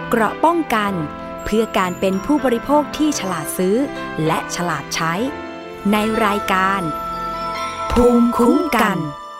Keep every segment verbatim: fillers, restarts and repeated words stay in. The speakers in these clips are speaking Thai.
เกราะป้องกันเพื่อการเป็นผู้บริโภคที่ฉลาดซื้อและฉลาดใช้ในรายการภูมิคุ้มกัน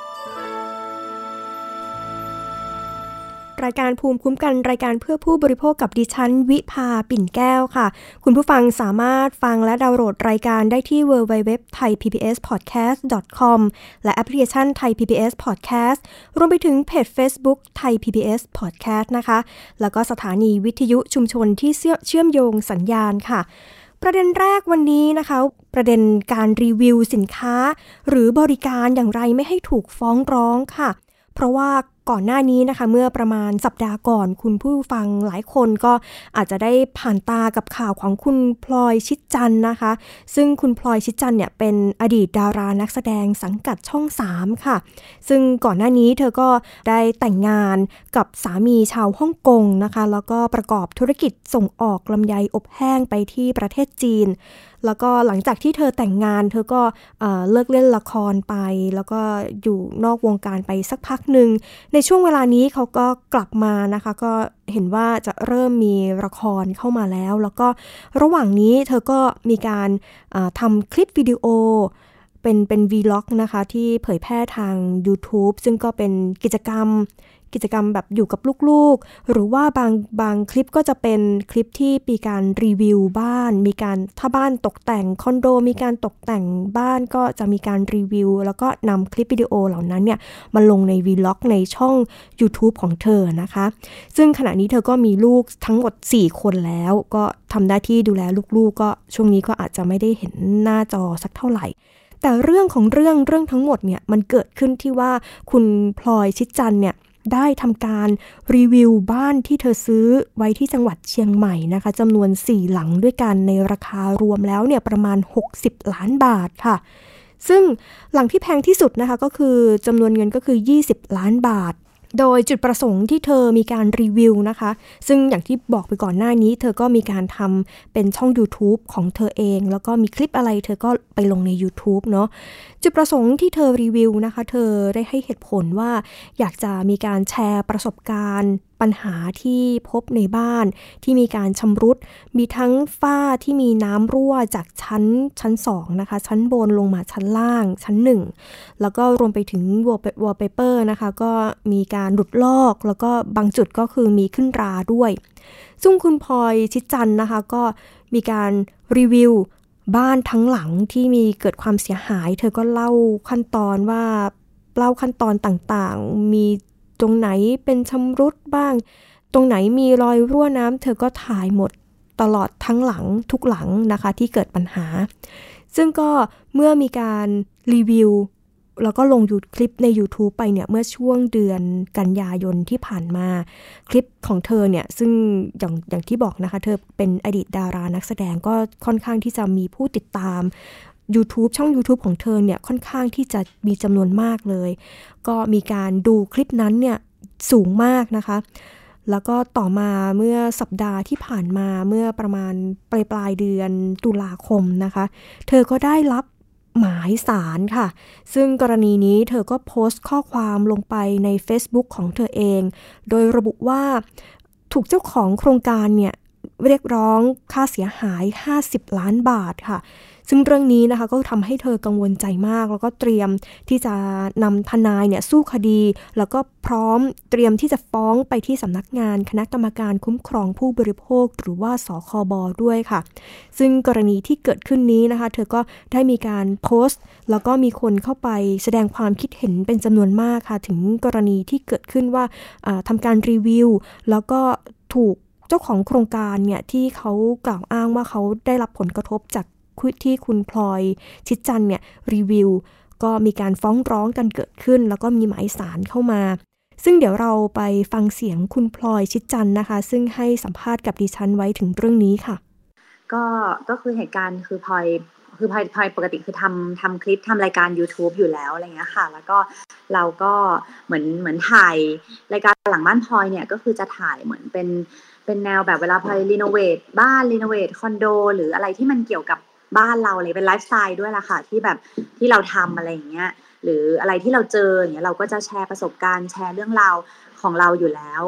รายการภูมิคุ้มกันรายการเพื่อผู้บริโภคกับดิฉันวิภาปิ่นแก้วค่ะคุณผู้ฟังสามารถฟังและดาวน์โหลดรายการได้ที่ ดับเบิลยู ดับเบิลยู ดับเบิลยู ดอท ไทย พี บี เอส พอดแคสต์ ดอท คอม และแอปพลิเคชัน Thai พี บี เอส Podcast รวมไปถึงเพจ Facebook Thai พี บี เอส Podcast นะคะแล้วก็สถานีวิทยุชุมชนที่เชื่อมโยงสัญญาณค่ะประเด็นแรกวันนี้นะคะประเด็นการรีวิวสินค้าหรือบริการอย่างไรไม่ให้ถูกฟ้องร้องค่ะเพราะว่าก่อนหน้านี้นะคะเมื่อประมาณสัปดาห์ก่อนคุณผู้ฟังหลายคนก็อาจจะได้ผ่านตากับข่าวของคุณพลอยชิดจันทร์นะคะซึ่งคุณพลอยชิดจันทร์เนี่ยเป็นอดีตดารานักแสดงสังกัดช่องสามค่ะซึ่งก่อนหน้านี้เธอก็ได้แต่งงานกับสามีชาวฮ่องกงนะคะแล้วก็ประกอบธุรกิจส่งออกลำไยอบแห้งไปที่ประเทศจีนแล้วก็หลังจากที่เธอแต่งงานเธอก็เอ่อเลิกเล่นละครไปแล้วก็อยู่นอกวงการไปสักพักหนึ่งในช่วงเวลานี้เขาก็กลับมานะคะก็เห็นว่าจะเริ่มมีละครเข้ามาแล้วแล้วก็ระหว่างนี้เธอก็มีการทำคลิปวิดีโอเป็นเป็น วีล็อก นะคะที่เผยแพร่ทาง YouTube ซึ่งก็เป็นกิจกรรมกิจกรรมแบบอยู่กับลูกๆหรือว่าบางบางคลิปก็จะเป็นคลิปที่มีการรีวิวบ้านมีการถ้าบ้านตกแต่งคอนโดมีการตกแต่งบ้านก็จะมีการรีวิวแล้วก็นำคลิปวิดีโอเหล่านั้นเนี่ยมาลงใน วีล็อก ในช่อง YouTube ของเธอนะคะซึ่งขณะนี้เธอก็มีลูกทั้งหมดสี่คนแล้วก็ทำหน้าที่ดูแลลูกๆก็ช่วงนี้ก็อาจจะไม่ได้เห็นหน้าจอสักเท่าไหร่แต่เรื่องของเรื่องเรื่องทั้งหมดเนี่ยมันเกิดขึ้นที่ว่าคุณพลอยชิดจันทร์เนี่ยได้ทำการรีวิวบ้านที่เธอซื้อไว้ที่จังหวัดเชียงใหม่นะคะจำนวนสี่หลังด้วยกันในราคารวมแล้วเนี่ยประมาณหกสิบล้านบาทค่ะซึ่งหลังที่แพงที่สุดนะคะก็คือจำนวนเงินก็คือยี่สิบล้านบาทโดยจุดประสงค์ที่เธอมีการรีวิวนะคะซึ่งอย่างที่บอกไปก่อนหน้านี้เธอก็มีการทำเป็นช่อง YouTube ของเธอเองแล้วก็มีคลิปอะไรเธอก็ไปลงใน YouTube เนาะจุดประสงค์ที่เธอรีวิวนะคะเธอได้ให้เหตุผลว่าอยากจะมีการแชร์ประสบการณ์ปัญหาที่พบในบ้านที่มีการชำรุดมีทั้งฝ้าที่มีน้ำรั่วจากชั้นชั้นสองนะคะชั้นบนลงมาชั้นล่างชั้นหนึ่งแล้วก็รวมไปถึงวอลเปเปอร์นะคะก็มีการหลุดลอกแล้วก็บางจุดก็คือมีขึ้นราด้วยซึ่งคุณพลอยชิดจันทร์นะคะก็มีการรีวิวบ้านทั้งหลังที่มีเกิดความเสียหายเธอก็เล่าขั้นตอนว่าเล่าขั้นตอนต่างๆมีตรงไหนเป็นชำรุดบ้างตรงไหนมีรอยรั่วน้ำเธอก็ถ่ายหมดตลอดทั้งหลังทุกหลังนะคะที่เกิดปัญหาซึ่งก็เมื่อมีการรีวิวแล้วก็ลงยูคลิปใน YouTube ไปเนี่ยเมื่อช่วงเดือนกันยายนที่ผ่านมาคลิปของเธอเนี่ยซึ่งอย่างอย่างที่บอกนะคะเธอเป็นอดีตดารานักแสดงก็ค่อนข้างที่จะมีผู้ติดตาม YouTube ช่อง YouTube ของเธอเนี่ยค่อนข้างที่จะมีจำนวนมากเลยก็มีการดูคลิปนั้นเนี่ยสูงมากนะคะแล้วก็ต่อมาเมื่อสัปดาห์ที่ผ่านมาเมื่อประมาณปลายปลายเดือนตุลาคมนะคะเธอก็ได้รับหมายศาลค่ะซึ่งกรณีนี้เธอก็โพสต์ข้อความลงไปใน Facebook ของเธอเองโดยระบุว่าถูกเจ้าของโครงการเนี่ยเรียกร้องค่าเสียหายห้าสิบล้านบาทค่ะซึ่งเรื่องนี้นะคะก็ทำให้เธอกังวลใจมากแล้วก็เตรียมที่จะนำทนายเนี่ยสู้คดีแล้วก็พร้อมเตรียมที่จะฟ้องไปที่สำนักงานคณะกรรมการคุ้มครองผู้บริโภคหรือว่าสคบด้วยค่ะซึ่งกรณีที่เกิดขึ้นนี้นะคะเธอก็ได้มีการโพสต์แล้วก็มีคนเข้าไปแสดงความคิดเห็นเป็นจำนวนมากค่ะถึงกรณีที่เกิดขึ้นว่าทำการรีวิวแล้วก็ถูกเจ้าของโครงการเนี่ยที่เขากล่าวอ้างว่าเขาได้รับผลกระทบจากที่คุณพลอยชิดจันทร์เนี่ยรีวิวก็มีการฟ้องร้องกันเกิดขึ้นแล้วก็มีหมายศาลเข้ามาซึ่งเดี๋ยวเราไปฟังเสียงคุณพลอยชิดจันทร์นะคะซึ่งให้สัมภาษณ์กับดิฉันไว้ถึงเรื่องนี้ค่ะก็ก็คือเหตุการณ์คือพลอยคือพลอยพลอยปกติคือทำทำคลิปทำรายการ YouTube อยู่แล้วอะไรเงี้ยค่ะแล้วก็เราก็เหมือนเหมือนถ่ายรายการหลังบ้านพลอยเนี่ยก็คือจะถ่ายเหมือนเป็นเป็นแนวแบบเวลาพลอยรีโนเวทบ้านรีโนเวทคอนโดหรืออะไรที่มันเกี่ยวกับบ้านเราเลยเป็นไลฟ์สไตล์ด้วยล่ะค่ะที่แบบที่เราทำอะไรอย่างเงี้ยหรืออะไรที่เราเจออย่างเงี้ยเราก็จะแชร์ประสบการณ์แชร์เรื่องราวของเราอยู่แล้ว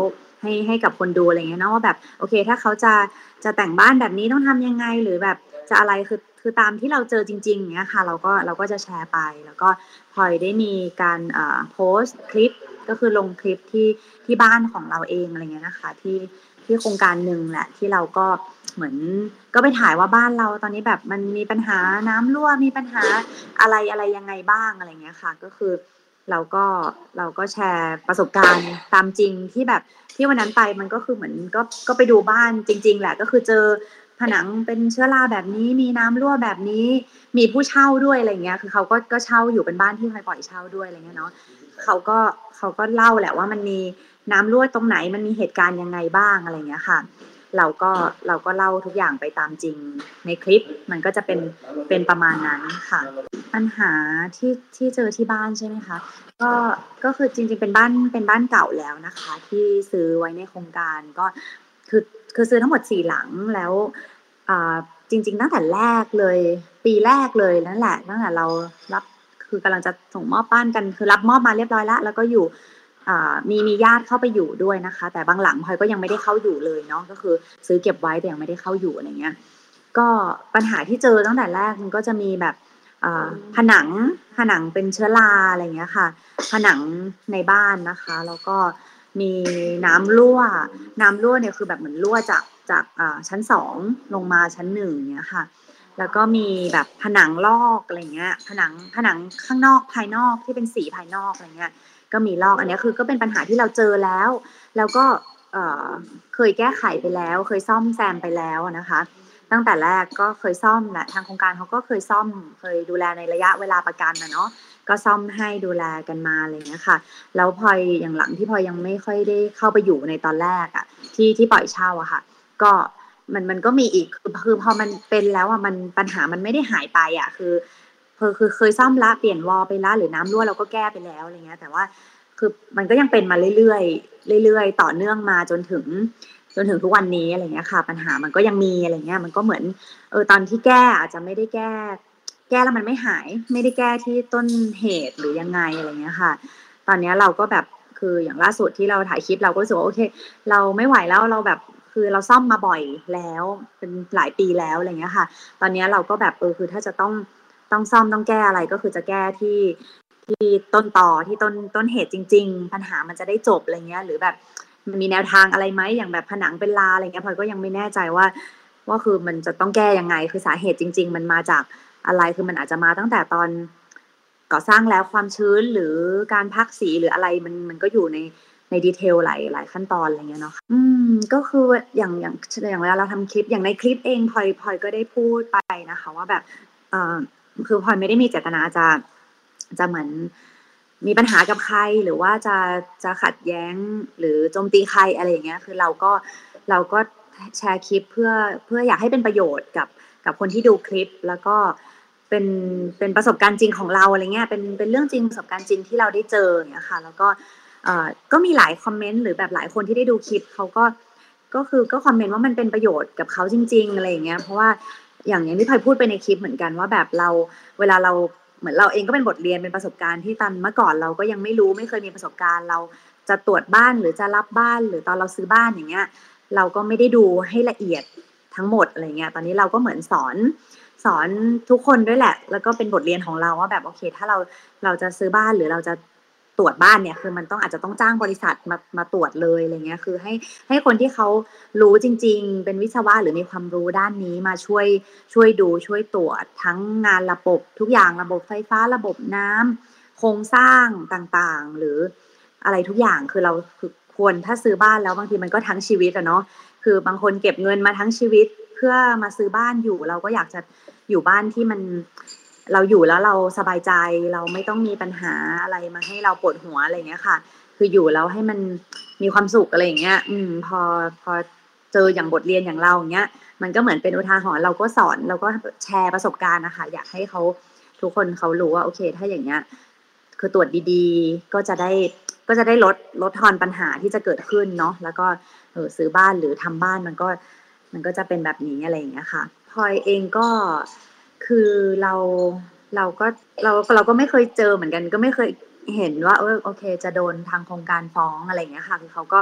ให้ให้กับคนดูอะไรเงี้ยเนาะว่าแบบโอเคถ้าเขาจะจะแต่งบ้านแบบนี้ต้องทำยังไงหรือแบบจะอะไรคือคือตามที่เราเจอจริงๆอย่างเงี้ยค่ะเราก็เราก็จะแชร์ไปแล้วก็พลอยได้มีการเอ่อโพสต์คลิปก็คือลงคลิปที่ที่บ้านของเราเองอะไรเงี้ยนะคะที่ที่โครงการหนึ่งแหละที่เราก็เหมือนก็ไปถ่ายว่าบ้านเราตอนนี้แบบมันมีปัญหาน้ำรั่วมีปัญหาอะไรอะไรยังไงบ้างอะไรเงี้ยค่ะก็คือเราก็เราก็แชร์ประสบการณ์ตามจริงที่แบบที่วันนั้นไปมันก็คือเหมือนก็ก็ไปดูบ้านจริงๆแหละก็คือเจอผนังเป็นเชื้อราแบบนี้มีน้ำรั่วแบบนี้มีผู้เช่าด้วยอะไรเงี้ยคือเขาก็ก็เช่าอยู่เป็นบ้านที่ใครปล่อยเช่าด้วยอะไรเงี้ยเนาะเขาก็เขาก็เล่าแหละว่ามันมีน้ำรั่วตรงไหนมันมีเหตุการณ์ยังไงบ้างอะไรเงี้ยค่ะเราก็เราก็เล่าทุกอย่างไปตามจริงในคลิปมันก็จะเป็นเป็นประมาณนั้นค่ะปัญหาที่ที่เจอที่บ้านใช่ไหมคะก็ก็คือจริงๆเป็นบ้านเป็นบ้านเก่าแล้วนะคะที่ซื้อไว้ในโครงการก็คือคือซื้อทั้งหมดสี่หลังแล้วอ่าจริงๆตั้งแต่แรกเลยปีแรกเลยนั่นแหละตั้งแต่เรารับคือกำลังจะส่งมอบบ้านกันคือรับมอบมาเรียบร้อยแล้วแล้วก็อยู่อ่ามีมีญาติเข้าไปอยู่ด้วยนะคะแต่บางหลังพลอยก็ยังไม่ได้เข้าอยู่เลยเนาะก็คือซื้อเก็บไว้แต่ยังไม่ได้เข้าอยู่อะไรเงี้ยก็ปัญหาที่เจอตั้งแต่แรกมันก็จะมีแบบอ่าผนังผนังเป็นเชื้อราอะไรเงี้ยค่ะผนังในบ้านนะคะแล้วก็มีน้ำรั่วน้ำรั่วเนี่ยคือแบบเหมือนรั่วจากจากอ่าชั้นสองลงมาชั้นหนึ่งเงี้ยค่ะแล้วก็มีแบบผนังลอกอะไรเงี้ยผนังผนังข้างนอกภายนอกที่เป็นสีภายนอกอะไรเงี้ยก็มีลอกอันนี้คือก็เป็นปัญหาที่เราเจอแล้วแล้วก็เอ่อเคยแก้ไขไปแล้วเคยซ่อมแซมไปแล้วนะคะตั้งแต่แรกก็เคยซ่อมแหละทางโครงการเขาก็เคยซ่อมเคยดูแลในระยะเวลาประกันนะเนาะก็ซ่อมให้ดูแลกันมาอะไรเงี้ยค่ะแล้วพลอยอย่างหลังที่พลอยยังไม่ค่อยได้เข้าไปอยู่ในตอนแรกอะที่ที่ปล่อยเช่าอะค่ะก็มันมันก็มีอีกคือคือพอมันเป็นแล้วอะมันปัญหามันไม่ได้หายไปอะคือคือคือเคยซ่อมละเปลี่ยนวอลไปละหรือน้ำรั่วเราก็แก้ไปแล้วอะไรเงี้ยแต่ว่าคือมันก็ยังเป็นมาเรื่อยๆเรื่อยๆต่อเนื่องมาจนถึงจนถึงทุกวันนี้อะไรเงี้ยค่ะปัญหามันก็ยังมีอะไรเงี้ยมันก็เหมือนเออตอนที่แก้อาจจะไม่ได้แก้แก้แล้วมันไม่หายไม่ได้แก้ที่ต้นเหตุหรือยังไงอะไรเงี้ยค่ะตอนนี้เราก็แบบคืออย่างล่าสุดที่เราถ่ายคลิปเราก็รู้สึกว่าโอเคเราไม่ไหวแล้วเราแบบคือเราซ่อมมาบ่อยแล้วเป็นหลายปีแล้วอะไรเงี้ยค่ะตอนนี้เราก็แบบเออคือถ้าจะต้องต้องซ่อมต้องแก้อะไรก็คือจะแก้ที่ที่ต้นตอที่ต้นต้นเหตุจริงๆปัญหามันจะได้จบอะไรเงี้ยหรือแบบมันมีแนวทางอะไรไหมอย่างแบบผนังเป็นลาอะไรเงี้ยพลอยก็ยังไม่แน่ใจว่าว่าคือมันจะต้องแก้ยังไงคือสาเหตุจริงๆมันมาจากอะไรคือมันอาจจะมาตั้งแต่ตอนก่อสร้างแล้วความชื้นหรือการพักสีหรืออะไรมันมันก็อยู่ในในดีเทลหลายหลายขั้นตอนอะไรเงี้ยเนาะอืมก็คืออย่างอย่างอย่างเวลาเราทำคลิปอย่างในคลิปเองพลอยพลอยก็ได้พูดไปนะคะว่าแบบเอ่อคือพลอยไม่ได้มีเจตนาจะจะเหมือนมีปัญหากับใครหรือว่าจะจะขัดแย้งหรือโจมตีใครอะไรอย่างเงี้ยคือเราก็เราก็แชร์คลิปเพื่อเพื่ออยากให้เป็นประโยชน์กับกับคนที่ดูคลิปแล้วก็เป็นเป็นประสบการณ์จริงของเราอะไรเงี้ยเป็นเป็นเรื่องจริงประสบการณ์จริงที่เราได้เจออย่างเงี้ยค่ะแล้วก็เอ่อก็มีหลายคอมเมนต์หรือแบบหลายคนที่ได้ดูคลิปเขาก็ก็คือก็คอมเมนต์ว่ามันเป็นประโยชน์กับเขาจริงๆอะไรอย่างเงี้ยเพราะว่าอย่างอย่างที่พลอยพูดไปในคลิปเหมือนกันว่าแบบเราเวลาเราเหมือนเราเองก็เป็นบทเรียนเป็นประสบการณ์ที่ตอนเมื่อก่อนเราก็ยังไม่รู้ไม่เคยมีประสบการณ์เราจะตรวจบ้านหรือจะรับบ้านหรือตอนเราซื้อบ้านอย่างเงี้ยเราก็ไม่ได้ดูให้ละเอียดทั้งหมดอะไรเงี้ยตอนนี้เราก็เหมือนสอนสอนทุกคนด้วยแหละแล้วก็เป็นบทเรียนของเราว่าแบบโอเคถ้าเราเราจะซื้อบ้านหรือเราจะตรวจบ้านเนี่ยคือมันต้องอาจจะต้องจ้างบริษัทมามาตรวจเลยอะไรเงี้ยคือให้ให้คนที่เขารู้จริงๆเป็นวิศวะหรือมีความรู้ด้านนี้มาช่วยช่วยดูช่วยตรวจทั้งงานระบบทุกอย่างระบบไฟฟ้าระบบน้ำโครงสร้างต่างๆหรืออะไรทุกอย่างคือเราคือควรถ้าซื้อบ้านแล้วบางทีมันก็ทั้งชีวิตอะเนาะคือบางคนเก็บเงินมาทั้งชีวิตเพื่อมาซื้อบ้านอยู่เราก็อยากจะอยู่บ้านที่มันเราอยู่แล้วเราสบายใจเราไม่ต้องมีปัญหาอะไรมาให้เราปวดหัวอะไรอย่างเงี้ยค่ะคืออยู่แล้วให้มันมีความสุขอะไรอย่างเงี้ยอืมพอพอเจออย่างบทเรียนอย่างเราอย่างเงี้ยมันก็เหมือนเป็นอุทาหรณ์เราก็สอนเราก็แชร์ประสบการณ์นะคะอยากให้เขาทุกคนเขารู้ว่าโอเคถ้าอย่างเงี้ยคือตรวจดีๆก็จะได้ก็จะได้ลดลดทอนปัญหาที่จะเกิดขึ้นเนาะแล้วก็เออซื้อบ้านหรือทำบ้านมันก็มันก็จะเป็นแบบนี้อะไรอย่างเงี้ยค่ะพลอยเองก็คือเราเราก็เราเราก็ไม่เคยเจอเหมือนกันก็ไม่เคยเห็นว่าเออโอเคจะโดนทางโครงการฟ้องอะไรอย่างเงี้ยค่ะคือเขาก็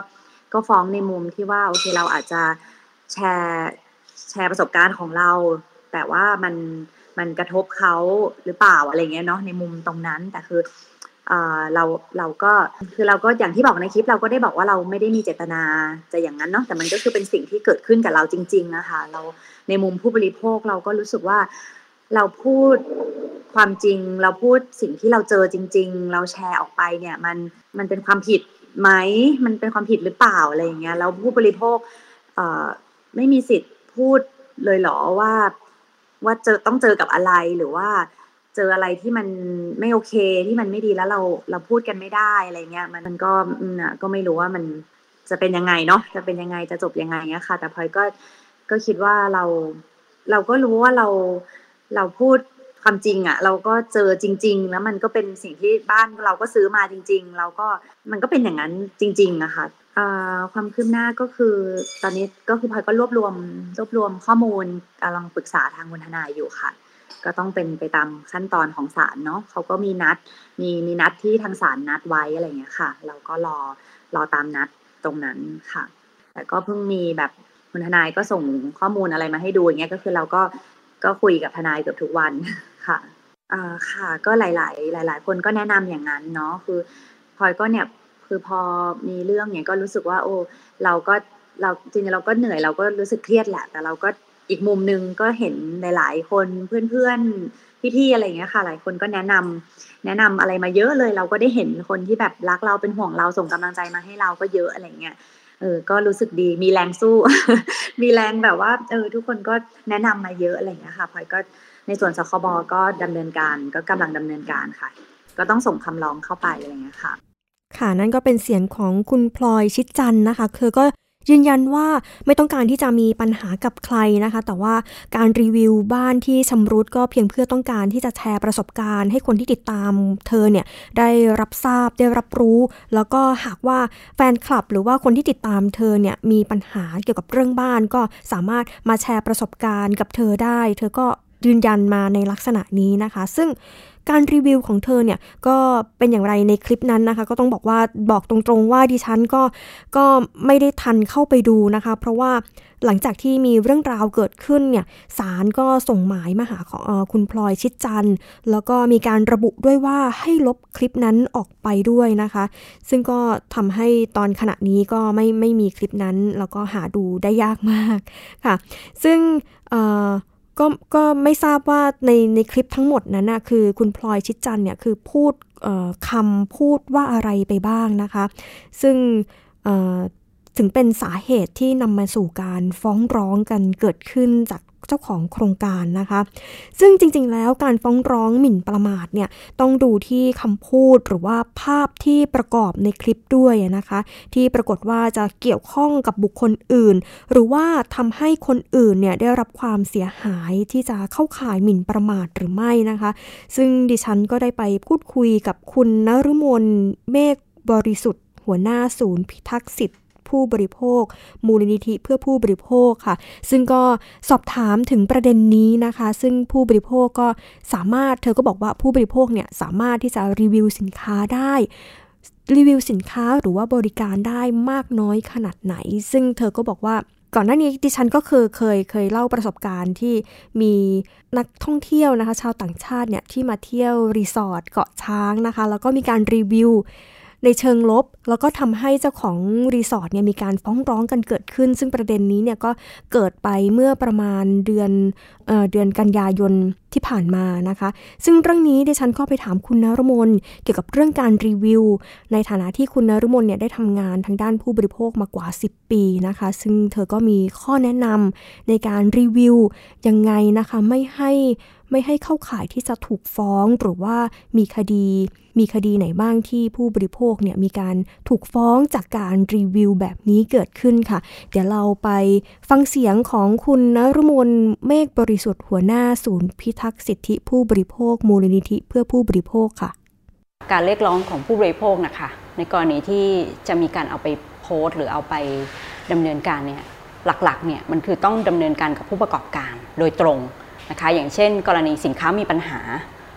ก็ฟ้องในมุมที่ว่าโอเคเราอาจจะแชร์แชร์ประสบการณ์ของเราแต่ว่ามันมันกระทบเขาหรือเปล่าอะไรเงี้ยเนาะในมุมตรงนั้นแต่คือเอ่อเราเราก็คือเราก็อย่างที่บอกในคลิปเราก็ได้บอกว่าเราไม่ได้มีเจตนาจะอย่างนั้นเนาะแต่มันก็คือเป็นสิ่งที่เกิดขึ้นกับเราจริงๆนะคะเราในมุมผู้บริโภคเราก็รู้สึกว่าเราพูดความจริงเราพูดสิ่งที่เราเจอจริงๆเราแชร์ออกไปเนี่ยมันมันเป็นความผิดไหมมันเป็นความผิดหรือเปล่าอะไรอย่างเงี้ยแล้วผู้บริโภคเอ่อไม่มีสิทธิ์พูดเลยเหรอว่าว่าเจอต้องเจอกับอะไรหรือว่าเจออะไรที่มันไม่โอเคที่มันไม่ดีแล้วเราเราพูดกันไม่ได้อะไรเงี้ยมันก็น่ะก็ไม่รู้ว่ามันจะเป็นยังไงเนาะจะเป็นยังไงจะจบยังไงเงี้ยค่ะแต่พลอยก็ก็คิดว่าเราเราก็รู้ว่าเราเราพูดความจริงอ่ะเราก็เจอจริงๆแล้วมันก็เป็นสิ่งที่บ้านเราก็ซื้อมาจริงๆเราก็มันก็เป็นอย่างนั้นจริงๆอะค่ะความคืบหน้าก็คือตอนนี้ก็คือพลอยก็รวบรวมรวบรวมข้อมูลกำลังปรึกษาทางคุณทนายอยู่ค่ะก็ต้องเป็นไปตามขั้นตอนของศาลเนาะเขาก็มีนัดมีมีนัดที่ทางศาลนัดไว้อะไรเงี้ยค่ะเราก็รอรอตามนัดตรงนั้นค่ะแต่ก็เพิ่งมีแบบคุณทนายก็ส่งข้อมูลอะไรมาให้ดูอย่างเงี้ยก็คือเราก็ก็คุยกับทนายเกือบทุกวันค่ะอ่าค่ะก็หลายๆหลายๆคนก็แนะนำอย่างนั้นเนาะคือพลอยก็เนี่ยคือพอมีเรื่องเนี่ยก็รู้สึกว่าโอ้เราก็เราจริงๆเราก็เหนื่อยเราก็รู้สึกเครียดแหละแต่เราก็อีกมุมนึงก็เห็นหลายๆคนเพื่อนๆพี่ๆอะไรอย่างเงี้ยค่ะหลายคนก็แนะนำแนะนำอะไรมาเยอะเลยเราก็ได้เห็นคนที่แบบรักเราเป็นห่วงเราส่งกำลังใจมาให้เราก็เยอะอะไรเงี้ยเออก็รู้สึกดีมีแรงสู้ มีแรงแบบว่าเออทุกคนก็แนะนำมาเยอะอะไรอย่างเงี้ยค่ะพลอยก็ในส่วนสคบก็ดำเนินการก็กำลังดำเนินการค่ะก็ต้องส่งคำร้องเข้าไปอะไรอย่างเงี้ยค่ะค่ะนั่นก็เป็นเสียงของคุณพลอยชิดจันทร์นะคะเธอก็ยืนยันว่าไม่ต้องการที่จะมีปัญหากับใครนะคะแต่ว่าการรีวิวบ้านที่ชำรุดก็เพียงเพื่อต้องการที่จะแชร์ประสบการณ์ให้คนที่ติดตามเธอเนี่ยได้รับทราบได้รับรู้แล้วก็หากว่าแฟนคลับหรือว่าคนที่ติดตามเธอเนี่ยมีปัญหาเกี่ยวกับเรื่องบ้านก็สามารถมาแชร์ประสบการณ์กับเธอได้เธอก็ยืนยันมาในลักษณะนี้นะคะซึ่งการรีวิวของเธอเนี่ยก็เป็นอย่างไรในคลิปนั้นนะคะก็ต้องบอกว่าบอกตรงๆว่าดิฉันก็ก็ไม่ได้ทันเข้าไปดูนะคะเพราะว่าหลังจากที่มีเรื่องราวเกิดขึ้นเนี่ยศาลก็ส่งหมายมาหาของเอ่อคุณพลอยชิดจันทร์แล้วก็มีการระบุด้วยว่าให้ลบคลิปนั้นออกไปด้วยนะคะซึ่งก็ทำให้ตอนขณะนี้ก็ไม่ไม่มีคลิปนั้นแล้วก็หาดูได้ยากมากค่ะซึ่งเอ่อก็ก็ไม่ทราบว่าในในคลิปทั้งหมดนั้นนะคือคุณพลอยชิดจันทร์เนี่ยคือพูดคำพูดว่าอะไรไปบ้างนะคะซึ่งถึงเป็นสาเหตุที่นำมาสู่การฟ้องร้องกันเกิดขึ้นจากเจ้าของโครงการนะคะซึ่งจริงๆแล้วการฟ้องร้องหมิ่นประมาทเนี่ยต้องดูที่คำพูดหรือว่าภาพที่ประกอบในคลิปด้วยนะคะที่ปรากฏว่าจะเกี่ยวข้องกับบุคคลอื่นหรือว่าทำให้คนอื่นเนี่ยได้รับความเสียหายที่จะเข้าข่ายหมิ่นประมาทหรือไม่นะคะซึ่งดิฉันก็ได้ไปพูดคุยกับคุณนฤมลเมฆบริสุทธิ์หัวหน้าศูนย์พิทักษ์สิทธิผู้บริโภคมูลนิธิเพื่อผู้บริโภคค่ะซึ่งก็สอบถามถึงประเด็นนี้นะคะซึ่งผู้บริโภคก็สามารถเธอก็บอกว่าผู้บริโภคเนี่ยสามารถที่จะรีวิวสินค้าได้รีวิวสินค้าหรือว่าบริการได้มากน้อยขนาดไหนซึ่งเธอก็บอกว่าก่อนหน้านี้ดิฉันก็เคยเคยเคยเล่าประสบการณ์ที่มีนักท่องเที่ยวนะคะชาวต่างชาติเนี่ยที่มาเที่ยวรีสอร์ทเกาะช้างนะคะแล้วก็มีการรีวิวในเชิงลบแล้วก็ทำให้เจ้าของรีสอร์ทเนี่ยมีการฟ้องร้องกันเกิดขึ้นซึ่งประเด็นนี้เนี่ยก็เกิดไปเมื่อประมาณเดือนเอ่อเดือนกันยายนที่ผ่านมานะคะซึ่งเรื่องนี้ดิฉันก็ไปถามคุณนฤมลเกี่ยวกับเรื่องการรีวิวในฐานะที่คุณนฤมลเนี่ยได้ทำงานทางด้านผู้บริโภคมากว่าสิบปีนะคะซึ่งเธอก็มีข้อแนะนำในการรีวิวยังไงนะคะไม่ให้ไม่ให้เข้าข่ายที่จะถูกฟ้องหรือว่ามีคดีมีคดีไหนบ้างที่ผู้บริโภคเนี่ยมีการถูกฟ้องจากการรีวิวแบบนี้เกิดขึ้นค่ะเดี๋ยวเราไปฟังเสียงของคุณนฤมลเมฆบริสุทธิ์หัวหน้าศูนย์พิทักษ์สิทธิผู้บริโภคมูลนิธิเพื่อผู้บริโภคค่ะการเรียกร้องของผู้บริโภคนะคะในกรณีที่จะมีการเอาไปโพสต์หรือเอาไปดำเนินการเนี่ยหลักๆเนี่ยมันคือต้องดำเนินการกับผู้ประกอบการโดยตรงนะคะอย่างเช่นกรณีสินค้ามีปัญหา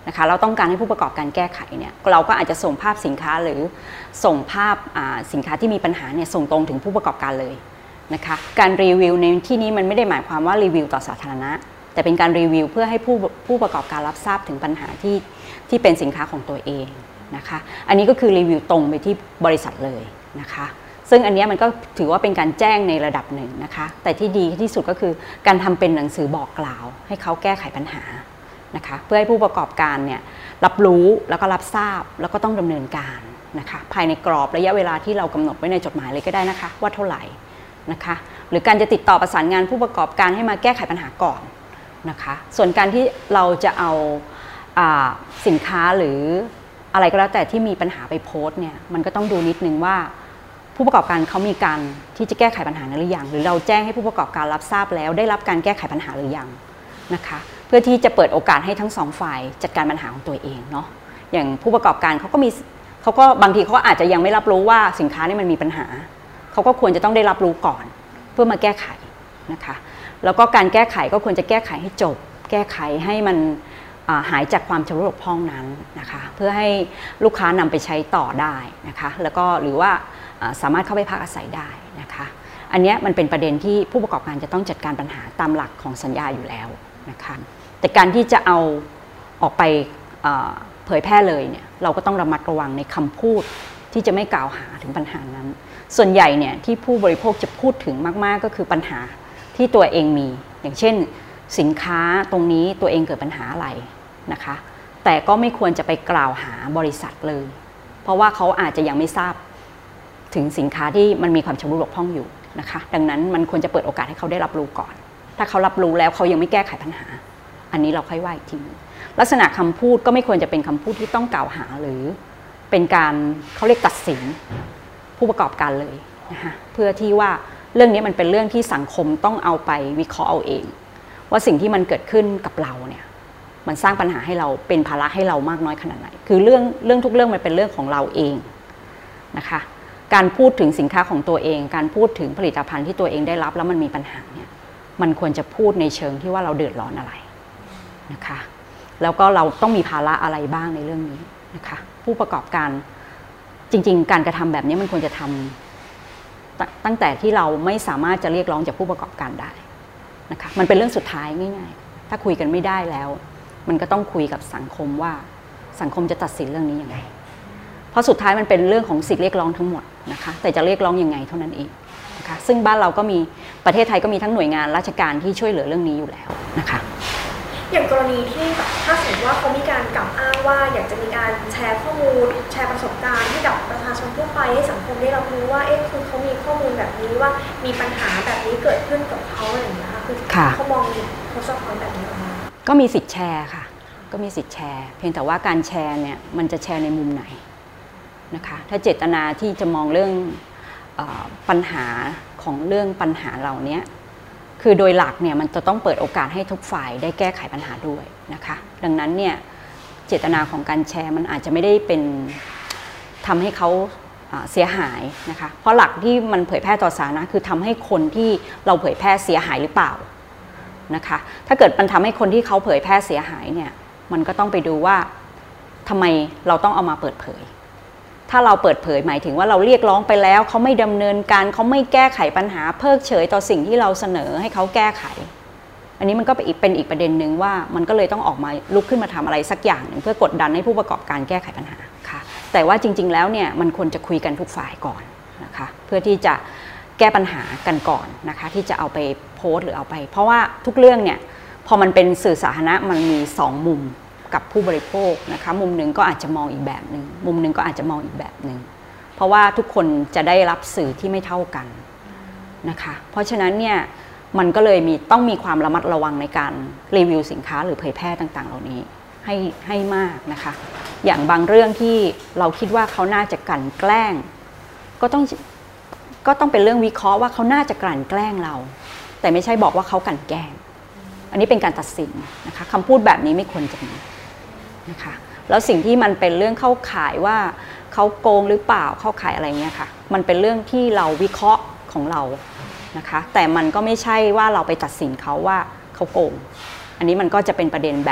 นะคะเราต้องการให้ผู้ประกอบการแก้ไขเนี่ยเราก็อาจจะส่งภาพสินค้าหรือส่งภาพสินค้าที่มีปัญหาเนี่ยส่งตรงถึงผู้ประกอบการเลยนะคะการรีวิวในที่นี้มันไม่ได้หมายความว่ารีวิวต่อสาธารณะแต่เป็นการรีวิวเพื่อให้ผู้ผู้ประกอบการรับทราบถึงปัญหาที่ที่เป็นสินค้าของตัวเองนะคะอันนี้ก็คือรีวิวตรงไปที่บริษัทเลยนะคะซึ่งอันนี้มันก็ถือว่าเป็นการแจ้งในระดับหนึ่งนะคะแต่ที่ดีที่สุดก็คือการทำเป็นหนังสือบอกกล่าวให้เขาแก้ไขปัญหานะคะเพื่อให้ผู้ประกอบการเนี่ยรับรู้แล้วก็รับทราบแล้วก็ต้องดำเนินการนะคะภายในกรอบระยะเวลาที่เรากำหนดไว้ในจดหมายเลยก็ได้นะคะว่าเท่าไหร่นะคะหรือการจะติดต่อประสานงานผู้ประกอบการให้มาแก้ไขปัญหาก่อนนะคะส่วนการที่เราจะเอาสินค้าหรืออะไรก็แล้วแต่ที่มีปัญหาไปโพสต์เนี่ยมันก็ต้องดูนิดนึงว่าผู้ประกอบการเขามีการที่จะแก้ไขปัญหาหรือยังหรือเราแจ้งให้ผู้ประกอบการรับทราบแล้วได้รับการแก้ไขปัญหาหรือยังนะคะเพื่อที่จะเปิดโอกาสให้ทั้งสองฝ่ายจัดการปัญหาของตัวเองเนาะอย่างผู้ประกอบการเขาก็มีเขาก็บางทีเขาอาจจะยังไม่รับรู้ว่าสินค้านี่มันมีปัญหาเขาก็ควรจะต้องได้รับรู้ก่อนเพื่อมาแก้ไขนะคะแล้วก็การแก้ไขก็ควรจะแก้ไขให้จบแก้ไขให้มันหายจากความชำรุดบกพร่องนั้นนะคะเพื่อให้ลูกค้านำไปใช้ต่อได้นะคะแล้วก็หรือว่าสามารถเข้าไปพักอาศัยได้นะคะอันนี้มันเป็นประเด็นที่ผู้ประกอบการจะต้องจัดการปัญหาตามหลักของสัญญาอยู่แล้วนะคะแต่การที่จะเอาออกไปเผยแพร่เลยเนี่ยเราก็ต้องระมัดระวังในคำพูดที่จะไม่กล่าวหาถึงปัญหานั้นส่วนใหญ่เนี่ยที่ผู้บริโภคจะพูดถึงมากๆก็คือปัญหาที่ตัวเองมีอย่างเช่นสินค้าตรงนี้ตัวเองเกิดปัญหาอะไรนะคะแต่ก็ไม่ควรจะไปกล่าวหาบริษัทเลยเพราะว่าเขาอาจจะยังไม่ทราบถึงสินค้าที่มันมีความชำรุดบกพร่องอยู่นะคะดังนั้นมันควรจะเปิดโอกาสให้เขาได้รับรู้ก่อนถ้าเขารับรู้แล้วเขายังไม่แก้ไขปัญหาอันนี้เราค่อยว่าอีกทีลักษณะคำพูดก็ไม่ควรจะเป็นคำพูดที่ต้องกล่าวหาหรือเป็นการเขาเรียกตัดสินผู้ประกอบการเลยนะคะเพื่อที่ว่าเรื่องนี้มันเป็นเรื่องที่สังคมต้องเอาไปวิเคราะห์เอาเองว่าสิ่งที่มันเกิดขึ้นกับเราเนี่ยมันสร้างปัญหาให้เราเป็นภาระให้เรามากน้อยขนาดไหนคือเรื่องเรื่องทุกเรื่องมันเป็นเรื่องของเราเองนะคะการพูดถึงสินค้าของตัวเองการพูดถึงผลิตภัณฑ์ที่ตัวเองได้รับแล้วมันมีปัญหาเนี่ยมันควรจะพูดในเชิงที่ว่าเราเดือดร้อนอะไรนะคะแล้วก็เราต้องมีภาระอะไรบ้างในเรื่องนี้นะคะผู้ประกอบการจริงๆการกระทำแบบนี้มันควรจะทำตั้งแต่ที่เราไม่สามารถจะเรียกร้องจากผู้ประกอบการได้นะคะมันเป็นเรื่องสุดท้ายง่ายๆถ้าคุยกันไม่ได้แล้วมันก็ต้องคุยกับสังคมว่าสังคมจะตัดสินเรื่องนี้ยังไงเพราะสุดท้ายมันเป็นเรื่องของสิทธิเรียกร้องทั้งหมดนะคะแต่จะเรียกร้องยังไงเท่านั้นเองนะคะซึ่งบ้านเราก็มีประเทศไทยก็มีทั้งหน่วยงานราชการที่ช่วยเหลือเรื่องนี้อยู่แล้วนะคะอย่างกรณีที่แบบถ้าสมมติว่าเขามีการกล่าวอ้างว่าอยากจะมีการแชร์ข้อมูลแชร์ประสบการณ์ให้กับประชาชนทั่วไปให้สังคมได้รับรู้ว่าเอ๊ะคือเขามีข้อมูลแบบนี้ว่ามีปัญหาแบบนี้เกิดขึ้นกับเขาอะไรอย่างเงี้ยค่ะคือเขามองเขาสะท้อนแบบนี้ออกมาก็มีสิทธิ์แชร์ค่ะก็มีสิทธิ์แชร์เพียงแต่ว่าการแชร์เนี่ยมันจะแชร์ในมุมไหนนะคะถ้าเจตนาที่จะมองเรื่องเอ่อปัญหาของเรื่องปัญหาเหล่านี้คือโดยหลักเนี่ยมันจะต้องเปิดโอกาสให้ทุกฝ่ายได้แก้ไขปัญหาด้วยนะคะดังนั้นเนี่ยเจตนาของการแชร์มันอาจจะไม่ได้เป็นทำให้เขาเสียหายนะคะเพราะหลักที่มันเผยแพร่ต่อสาธารณะคือทำให้คนที่เราเผยแพร่เสียหายหรือเปล่านะคะถ้าเกิดมันทำให้คนที่เขาเผยแพร่เสียหายเนี่ยมันก็ต้องไปดูว่าทำไมเราต้องเอามาเปิดเผยถ้าเราเปิดเผยหมายถึงว่าเราเรียกร้องไปแล้วเขาไม่ดำเนินการเขาไม่แก้ไขปัญหาเพิกเฉยต่อสิ่งที่เราเสนอให้เขาแก้ไขอันนี้มันก็เป็นอีกเป็นอีกประเด็นหนึ่งว่ามันก็เลยต้องออกมาลุกขึ้นมาทำอะไรสักอย่างหนึ่งเพื่อกดดันให้ผู้ประกอบการแก้ไขปัญหาค่ะแต่ว่าจริงๆแล้วเนี่ยมันควรจะคุยกันทุกฝ่ายก่อนนะคะเพื่อที่จะแก้ปัญหากันก่อนนะคะที่จะเอาไปโพสต์หรือเอาไปเพราะว่าทุกเรื่องเนี่ยพอมันเป็นสื่อสาธารณะมันมีสองมุมกับผู้บริโภคนะคะมุมหนึ่งก็อาจจะมองอีกแบบหนึ่งมุมหนึ่งก็อาจจะมองอีกแบบหนึ่งเพราะว่าทุกคนจะได้รับสื่อที่ไม่เท่ากันนะคะเพราะฉะนั้นเนี่ยมันก็เลยมีต้องมีความระมัดระวังในการรีวิวสินค้าหรือเผยแพร่ต่างๆเหล่านี้ให้ให้มากนะคะอย่างบางเรื่องที่เราคิดว่าเขาน่าจะกลั่นแกล้งก็ต้องก็ต้องเป็นเรื่องวิเคราะห์ว่าเขาน่าจะกลั่นแกล้งเราแต่ไม่ใช่บอกว่าเขากลั่นแกล้งอันนี้เป็นการตัดสินนะคะคำพูดแบบนี้ไม่ควรจะมีนะคะแล้วสิ่งที่มันเป็นเรื่องเข้าข่ายว่าเขาโกงหรือเปล่าเข้าข่ายอะไรเงี้ยค่ะมันเป็นเรื่องที่เราวิเคราะห์ของเรานะคะแต่มันก็ไม่ใช่ว่าเราไปตัดสินเขาว่าเขาโกงอันนี้มันก็จะเป็นประเด็นแบบ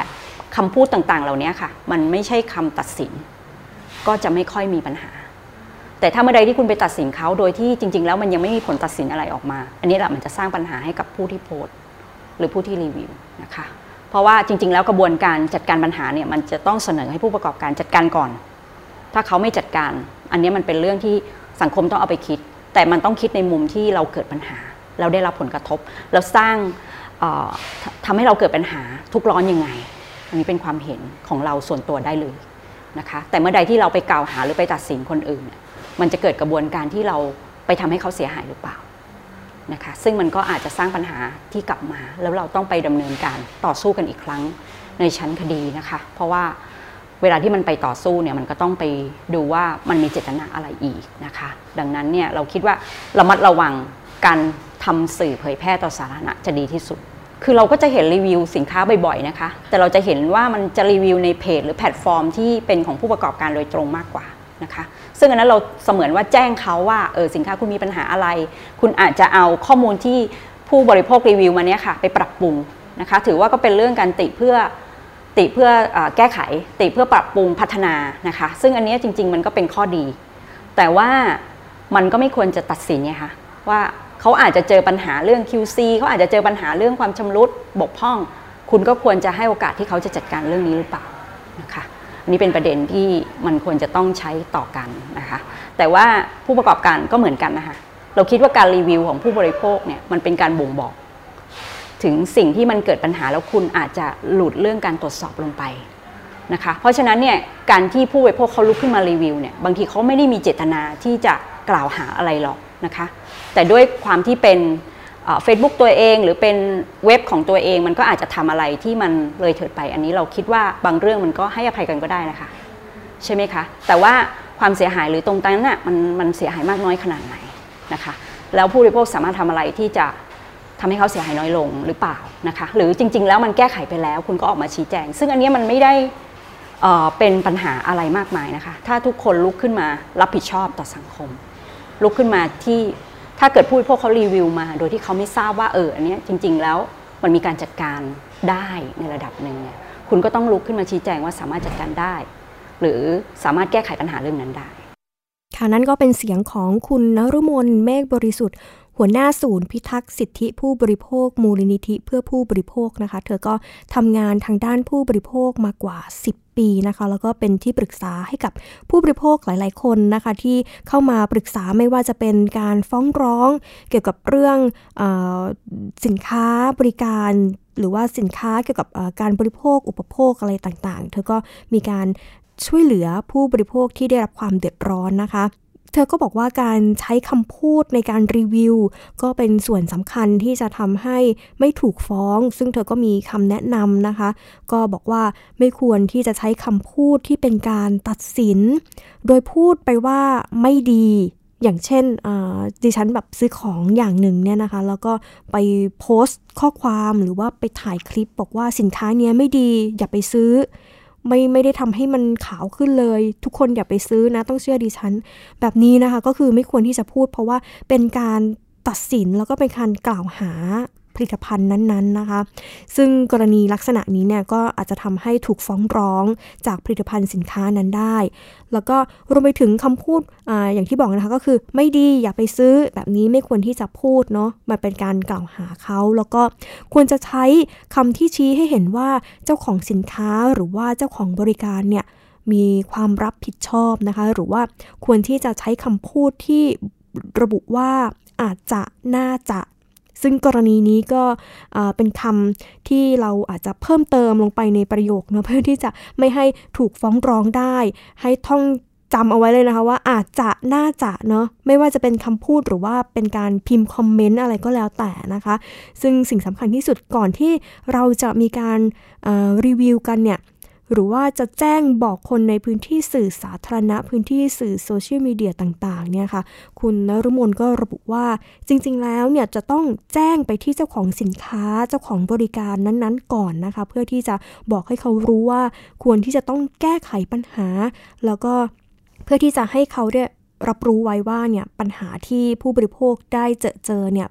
คำพูดต่างๆเหล่านี้ค่ะมันไม่ใช่คำตัดสินก็จะไม่ค่อยมีปัญหาแต่ถ้าเมื่อใดที่คุณไปตัดสินเขาโดยที่จริงๆแล้วมันยังไม่มีผลตัดสินอะไรออกมาอันนี้แหละมันจะสร้างปัญหาให้กับผู้ที่โพสต์หรือผู้ที่รีวิวนะคะเพราะว่าจริงๆแล้วกระบวนการจัดการปัญหาเนี่ยมันจะต้องเสนอให้ผู้ประกอบการจัดการก่อนถ้าเขาไม่จัดการอันนี้มันเป็นเรื่องที่สังคมต้องเอาไปคิดแต่มันต้องคิดในมุมที่เราเกิดปัญหาเราได้รับผลกระทบแล้วสร้างทำให้เราเกิดปัญหาทุกร้อนยังไงอันนี้เป็นความเห็นของเราส่วนตัวได้เลยนะคะแต่เมื่อใดที่เราไปกล่าวหาหรือไปตัดสินคนอื่นมันจะเกิดกระบวนการที่เราไปทำให้เขาเสียหายหรือเปล่านะคะซึ่งมันก็อาจจะสร้างปัญหาที่กลับมาแล้วเราต้องไปดำเนินการต่อสู้กันอีกครั้งในชั้นคดีนะคะเพราะว่าเวลาที่มันไปต่อสู้เนี่ยมันก็ต้องไปดูว่ามันมีเจตนาอะไรอีกนะคะดังนั้นเนี่ยเราคิดว่าระมัดระวังการทำสื่อเผยแพร่ต่อสาธารณะจะดีที่สุดคือเราก็จะเห็นรีวิวสินค้าบ่อยๆนะคะแต่เราจะเห็นว่ามันจะรีวิวในเพจหรือแพลตฟอร์มที่เป็นของผู้ประกอบการโดยตรงมากกว่านะคะซึ่งอันนั้นเราเสมือนว่าแจ้งเขาว่าเออสินค้าคุณมีปัญหาอะไรคุณอาจจะเอาข้อมูลที่ผู้บริโภครีวิวมาเนี้ยค่ะไปปรับปรุงนะคะถือว่าก็เป็นเรื่องการติเพื่อติเพื่อแก้ไขติเพื่อปรับปรุงพัฒนานะคะซึ่งอันนี้จริงๆมันก็เป็นข้อดีแต่ว่ามันก็ไม่ควรจะตัดสินไงคะว่าเขาอาจจะเจอปัญหาเรื่อง คิว ซี เขาอาจจะเจอปัญหาเรื่องความชำรุดบกพร่องคุณก็ควรจะให้โอกาสที่เขาจะจัดการเรื่องนี้หรือเปล่านะคะอันนี้เป็นประเด็นที่มันควรจะต้องใช้ต่อกันนะคะแต่ว่าผู้ประกอบการก็เหมือนกันนะคะเราคิดว่าการรีวิวของผู้บริโภคเนี่ยมันเป็นการบ่งบอกถึงสิ่งที่มันเกิดปัญหาแล้วคุณอาจจะหลุดเรื่องการตรวจสอบลงไปนะคะเพราะฉะนั้นเนี่ยการที่ผู้บริโภคเขาลุกขึ้นมารีวิวเนี่ยบางทีเขาไม่ได้มีเจตนาที่จะกล่าวหาอะไรหรอกนะคะแต่ด้วยความที่เป็นเฟซบุ๊กตัวเองหรือเป็นเว็บของตัวเองมันก็อาจจะทำอะไรที่มันเลยเถิดไปอันนี้เราคิดว่าบางเรื่องมันก็ให้อภัยกันก็ได้นะคะใช่ไหมคะแต่ว่าความเสียหายหรือตรงนั้นน่ะมันมันเสียหายมากน้อยขนาดไหนนะคะแล้วผู้บริโภคสามารถทำอะไรที่จะทำให้เขาเสียหายน้อยลงหรือเปล่านะคะหรือจริงๆแล้วมันแก้ไขไปแล้วคุณก็ออกมาชี้แจงซึ่งอันนี้มันไม่ได้เอ่อเป็นปัญหาอะไรมากมายนะคะถ้าทุกคนลุกขึ้นมารับผิดชอบต่อสังคมลุกขึ้นมาที่ถ้าเกิดผู้บริโภคเขารีวิวมาโดยที่เขาไม่ทราบว่าเอออันนี้จริงๆแล้วมันมีการจัดการได้ในระดับหนึ่งเนี่ยคุณก็ต้องลุกขึ้นมาชี้แจงว่าสามารถจัดการได้หรือสามารถแก้ไขปัญหาเรื่องนั้นได้ค่ะนั่นก็เป็นเสียงของคุณนฤมลเมฆบริสุทธิ์หัวหน้าศูนย์พิทักษ์สิทธิผู้บริโภคมูลนิธิเพื่อผู้บริโภคนะคะเธอก็ทำงานทางด้านผู้บริโภคมากว่าสิบปีนะคะแล้วก็เป็นที่ปรึกษาให้กับผู้บริโภคหลายๆคนนะคะที่เข้ามาปรึกษาไม่ว่าจะเป็นการฟ้องร้องเกี่ยวกับเรื่องเอ่อสินค้าบริการหรือว่าสินค้าเกี่ยวกับการบริโภคอุปโภคอะไรต่างๆเธอก็มีการช่วยเหลือผู้บริโภคที่ได้รับความเดือดร้อนนะคะเธอก็บอกว่าการใช้คำพูดในการรีวิวก็เป็นส่วนสำคัญที่จะทำให้ไม่ถูกฟ้องซึ่งเธอก็มีคำแนะนำนะคะก็บอกว่าไม่ควรที่จะใช้คำพูดที่เป็นการตัดสินโดยพูดไปว่าไม่ดีอย่างเช่นดิฉันแบบซื้อของอย่างหนึ่งเนี่ยนะคะแล้วก็ไปโพสต์ข้อความหรือว่าไปถ่ายคลิปบอกว่าสินค้าเนี้ยไม่ดีอย่าไปซื้อไม่ไม่ได้ทำให้มันขาวขึ้นเลยทุกคนอย่าไปซื้อนะต้องเชื่อดิฉันแบบนี้นะคะก็คือไม่ควรที่จะพูดเพราะว่าเป็นการตัดสินแล้วก็เป็นการกล่าวหาผลิตภัณฑ์นั้นๆนะคะซึ่งกรณีลักษณะนี้เนี่ยก็อาจจะทำให้ถูกฟ้องร้องจากผลิตภัณฑ์สินค้านั้นได้แล้วก็รวมไปถึงคำพูด อ, อย่างที่บอกนะคะก็คือไม่ดีอย่าไปซื้อแบบนี้ไม่ควรที่จะพูดเนาะมันเป็นการกล่าวหาเขาแล้วก็ควรจะใช้คำที่ชี้ให้เห็นว่าเจ้าของสินค้าหรือว่าเจ้าของบริการเนี่ยมีความรับผิดชอบนะคะหรือว่าควรที่จะใช้คำพูดที่ระบุว่าอาจจะน่าจะซึ่งกรณีนี้ก็เป็นคำที่เราอาจจะเพิ่มเติมลงไปในประโยคนะเพื่อที่จะไม่ให้ถูกฟ้องร้องได้ให้ท่องจำเอาไว้เลยนะคะว่าอาจจะน่าจะเนาะไม่ว่าจะเป็นคำพูดหรือว่าเป็นการพิมพ์คอมเมนต์อะไรก็แล้วแต่นะคะซึ่งสิ่งสำคัญที่สุดก่อนที่เราจะมีการรีวิวกันเนี่ยหรือว่าจะแจ้งบอกคนในพื้นที่สื่อสาธารณะพื้นที่สื่อโซเชียลมีเดียต่างๆเนี่ยค่ะคุณนฤมลก็ระบุว่าจริงๆแล้วเนี่ยจะต้องแจ้งไปที่เจ้าของสินค้าเจ้าของบริการนั้นๆก่อนนะคะเพื่อที่จะบอกให้เขารู้ว่าควรที่จะต้องแก้ไขปัญหาแล้วก็เพื่อที่จะให้เขาได้รับรู้ไว้ว่าเนี่ยปัญหาที่ผู้บริโภคได้เจอเจอเนี่ยเป็น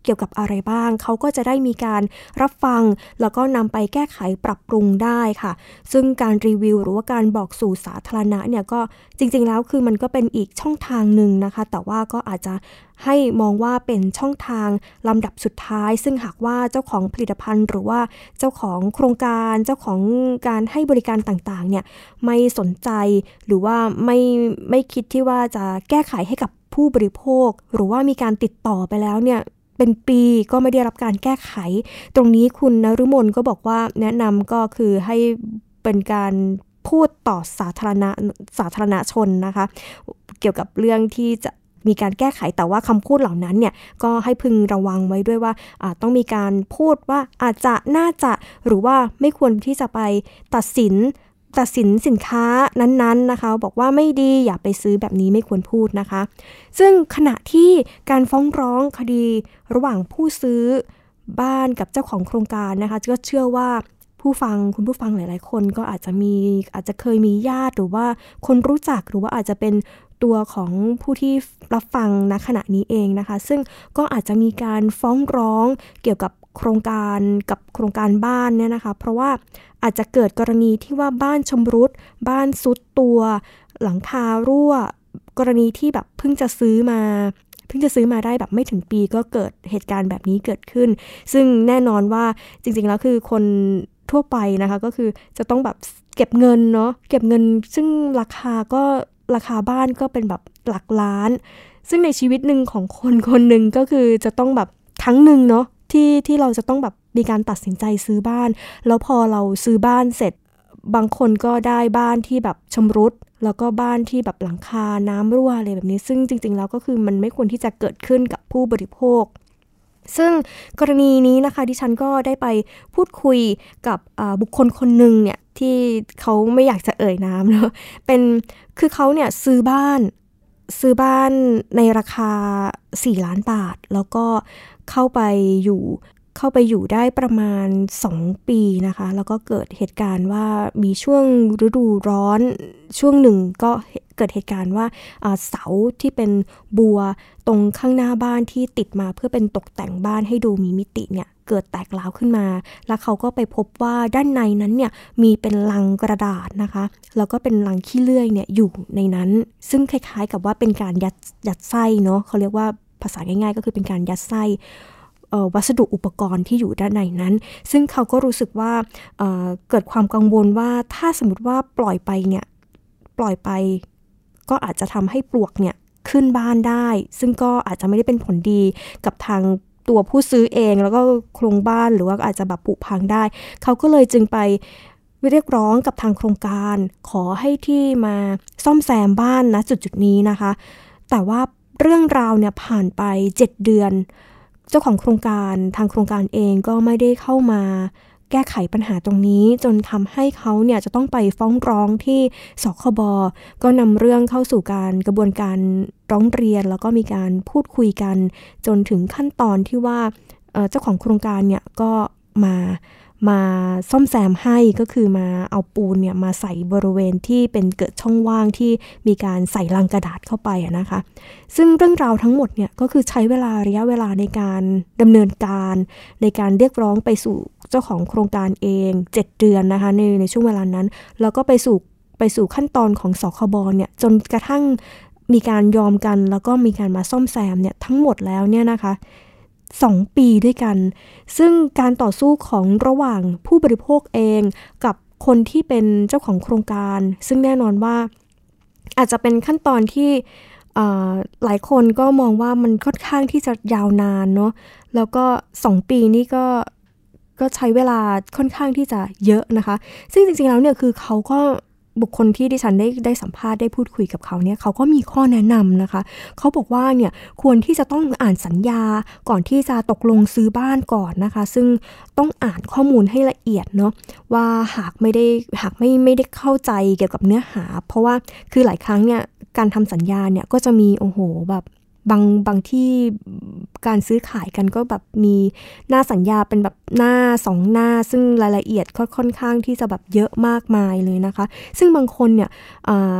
เกี่ยวกับอะไรบ้างเขาก็จะได้มีการรับฟังแล้วก็นำไปแก้ไขปรับปรุงได้ค่ะซึ่งการรีวิวหรือว่าการบอกสู่สาธารณะเนี่ยก็จริงๆแล้วคือมันก็เป็นอีกช่องทางหนึ่งนะคะแต่ว่าก็อาจจะให้มองว่าเป็นช่องทางลำดับสุดท้ายซึ่งหากว่าเจ้าของผลิตภัณฑ์หรือว่าเจ้าของโครงการเจ้าของการให้บริการต่างๆเนี่ยไม่สนใจหรือว่าไม่ไม่คิดที่ว่าจะแก้ไขให้กับผู้บริโภคหรือว่ามีการติดต่อไปแล้วเนี่ยเป็นปีก็ไม่ได้รับการแก้ไขตรงนี้คุณนฤมลก็บอกว่าแนะนำก็คือให้เป็นการพูดต่อสาธารณะสาธารณชนนะคะเกี่ยวกับเรื่องที่จะมีการแก้ไขแต่ว่าคำพูดเหล่านั้นเนี่ยก็ให้พึงระวังไว้ด้วยว่าต้องมีการพูดว่าอาจจะน่าจะหรือว่าไม่ควรที่จะไปตัดสินตัดสินสินค้านั้นๆนะคะบอกว่าไม่ดีอย่าไปซื้อแบบนี้ไม่ควรพูดนะคะซึ่งขณะที่การฟ้องร้องคดีระหว่างผู้ซื้อบ้านกับเจ้าของโครงการนะคะก็เชื่อว่าผู้ฟังคุณผู้ฟังหลายๆคนก็อาจจะมีอาจจะเคยมีญาติหรือว่าคนรู้จักหรือว่าอาจจะเป็นตัวของผู้ที่รับฟังณขณะนี้เองนะคะซึ่งก็อาจจะมีการฟ้องร้องเกี่ยวกับโครงการกับโครงการบ้านเนี่ยนะคะเพราะว่าอาจจะเกิดกรณีที่ว่าบ้านชำรุดบ้านซุดตัวหลังคารั่วกรณีที่แบบเพิ่งจะซื้อมาเพิ่งจะซื้อมาได้แบบไม่ถึงปีก็เกิดเหตุการณ์แบบนี้เกิดขึ้นซึ่งแน่นอนว่าจริงๆแล้วคือคนทั่วไปนะคะก็คือจะต้องแบบเก็บเงินเนาะเก็บเงินซึ่งราคาก็ราคาบ้านก็เป็นแบบหลักล้านซึ่งในชีวิตหนึ่งของคนคนหนึ่งก็คือจะต้องแบบครั้งหนึ่งเนาะที่ที่เราจะต้องแบบมีการตัดสินใจซื้อบ้านแล้วพอเราซื้อบ้านเสร็จบางคนก็ได้บ้านที่แบบชำรุดแล้วก็บ้านที่แบบหลังคาน้ำรั่วอะไรแบบนี้ซึ่งจริงๆแล้วก็คือมันไม่ควรที่จะเกิดขึ้นกับผู้บริโภคซึ่งกรณีนี้นะคะดิฉันก็ได้ไปพูดคุยกับบุคคลคนหนึ่งเนี่ยที่เขาไม่อยากจะเอ่ยนามเนาะเป็นคือเขาเนี่ยซื้อบ้านซื้อบ้านในราคาสี่ล้านบาทแล้วก็เข้าไปอยู่เข้าไปอยู่ได้ประมาณสองปีนะคะแล้วก็เกิดเหตุการณ์ว่ามีช่วงฤดูร้อนช่วงหนึ่งก็เกิดเหตุการณ์ว่าเสาที่เป็นบัวตรงข้างหน้าบ้านที่ติดมาเพื่อเป็นตกแต่งบ้านให้ดูมีมิติเนี่ยเกิดแตกร้าวขึ้นมาแล้วเขาก็ไปพบว่าด้านในนั้นเนี่ยมีเป็นลังกระดาษนะคะแล้วก็เป็นลังขี้เลื่อยเนี่ยอยู่ในนั้นซึ่งคล้ายๆกับว่าเป็นการยัดยัดไส้เนาะเขาเรียกว่าภาษาง่ายๆก็คือเป็นการยัดไส้วัสดุอุปกรณ์ที่อยู่ด้านในนั้นซึ่งเขาก็รู้สึกว่า เอ่อ เกิดความกังวลว่าถ้าสมมติว่าปล่อยไปเนี่ยปล่อยไปก็อาจจะทำให้ปลวกเนี่ยขึ้นบ้านได้ซึ่งก็อาจจะไม่ได้เป็นผลดีกับทางตัวผู้ซื้อเองแล้วก็โครงบ้านหรือว่าอาจจะแบบผุพังได้เขาก็เลยจึงไปเรียกร้องกับทางโครงการขอให้ที่มาซ่อมแซมบ้านณจุดๆนี้นะคะแต่ว่าเรื่องราวเนี่ยผ่านไปเจ็ดเดือนเจ้าของโครงการทางโครงการเองก็ไม่ได้เข้ามาแก้ไขปัญหาตรงนี้จนทำให้เขาเนี่ยจะต้องไปฟ้องร้องที่สคบก็นำเรื่องเข้าสู่การกระบวนการร้องเรียนแล้วก็มีการพูดคุยกันจนถึงขั้นตอนที่ว่าเอ่อเจ้าของโครงการเนี่ยก็มามาซ่อมแซมให้ก็คือมาเอาปูนเนี่ยมาใส่บริเวณที่เป็นเกิดช่องว่างที่มีการใส่ลังกระดาษเข้าไปนะคะซึ่งเรื่องราวทั้งหมดเนี่ยก็คือใช้เวลาระยะเวลาในการดำเนินการในการเรียกร้องไปสู่เจ้าของโครงการเองเจ็ดเดือนนะคะในในช่วงเวลานั้นแล้วก็ไปสู่ไปสู่ขั้นตอนของสคบเนี่ยจนกระทั่งมีการยอมกันแล้วก็มีการมาซ่อมแซมเนี่ยทั้งหมดแล้วเนี่ยนะคะสองปีด้วยกันซึ่งการต่อสู้ของระหว่างผู้บริโภคเองกับคนที่เป็นเจ้าของโครงการซึ่งแน่นอนว่าอาจจะเป็นขั้นตอนที่หลายคนก็มองว่ามันค่อนข้างที่จะยาวนานเนาะแล้วก็สองปีนี้ก็ก็ใช้เวลาค่อนข้างที่จะเยอะนะคะซึ่งจริงๆแล้วเนี่ยคือเขาก็บุคคลที่ดิฉันได้ได้สัมภาษณ์ได้พูดคุยกับเขาเนี่ยเขาก็มีข้อแนะนำนะคะเขาบอกว่าเนี่ยควรที่จะต้องอ่านสัญญาก่อนที่จะตกลงซื้อบ้านก่อนนะคะซึ่งต้องอ่านข้อมูลให้ละเอียดเนาะว่าหากไม่ได้หากไม่ไม่ได้เข้าใจเกี่ยวกับเนื้อหาเพราะว่าคือหลายครั้งเนี่ยการทำสัญญาเนี่ยก็จะมีโอ้โหแบบบางบางที่การซื้อขายกันก็แบบมีหน้าสัญญาเป็นแบบหน้าสองหน้าซึ่งรายละเอียดค่อนข้างที่จะแบบเยอะมากมายเลยนะคะซึ่งบางคนเนี่ย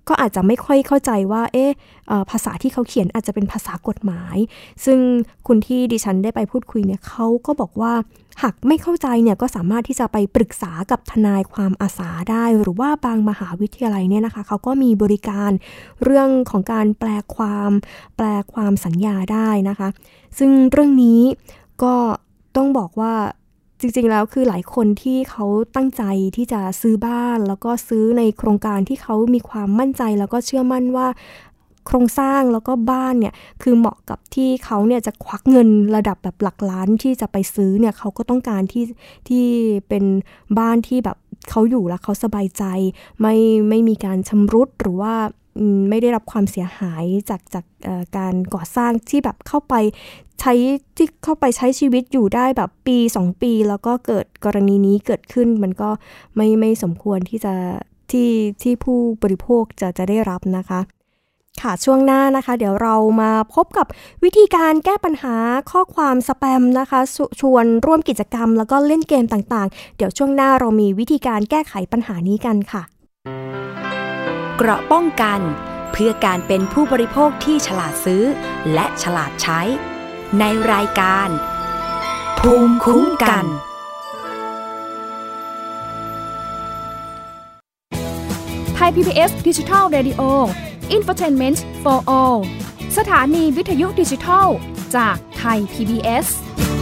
ก็อาจจะไม่ค่อยเข้าใจว่าเอ๊ะภาษาที่เขาเขียนอาจจะเป็นภาษากฎหมายซึ่งคุณที่ดิฉันได้ไปพูดคุยเนี่ยเขาก็บอกว่าหากไม่เข้าใจเนี่ยก็สามารถที่จะไปปรึกษากับทนายความอาสาได้หรือว่าบางมหาวิทยาลัยเนี่ยนะคะเขาก็มีบริการเรื่องของการแปลความแปลความสัญญาได้นะคะซึ่งเรื่องนี้ก็ต้องบอกว่าจริงๆแล้วคือหลายคนที่เขาตั้งใจที่จะซื้อบ้านแล้วก็ซื้อในโครงการที่เขามีความมั่นใจแล้วก็เชื่อมั่นว่าโครงสร้างแล้วก็บ้านเนี่ยคือเหมาะกับที่เขาเนี่ยจะควักเงินระดับแบบหลักล้านที่จะไปซื้อเนี่ยเขาก็ต้องการที่ที่เป็นบ้านที่แบบเขาอยู่แล้วเขาสบายใจไม่ไม่มีการชำรุดหรือว่าไม่ได้รับความเสียหายจากจากการก่อสร้างที่แบบเข้าไปใช้ที่เข้าไปใช้ชีวิตอยู่ได้แบบปีสองปีแล้วก็เกิดกรณีนี้เกิดขึ้นมันก็ไม่ไม่สมควรที่จะที่ที่ผู้บริโภคจะจะได้รับนะคะค่ะช่วงหน้านะคะเดี๋ยวเรามาพบกับวิธีการแก้ปัญหาข้อความสแปมนะคะชวนร่วมกิจกรรมแล้วก็เล่นเกมต่างๆเดี๋ยวช่วงหน้าเรามีวิธีการแก้ไขปัญหานี้กันค่ะเกราะป้องกันเพื่อการเป็นผู้บริโภคที่ฉลาดซื้อและฉลาดใช้ในรายการภูมิคุ้มกันไทย พี บี เอส Digital Radio Infotainment for All สถานีวิทยุดิจิทัลจากไทย พี บี เอส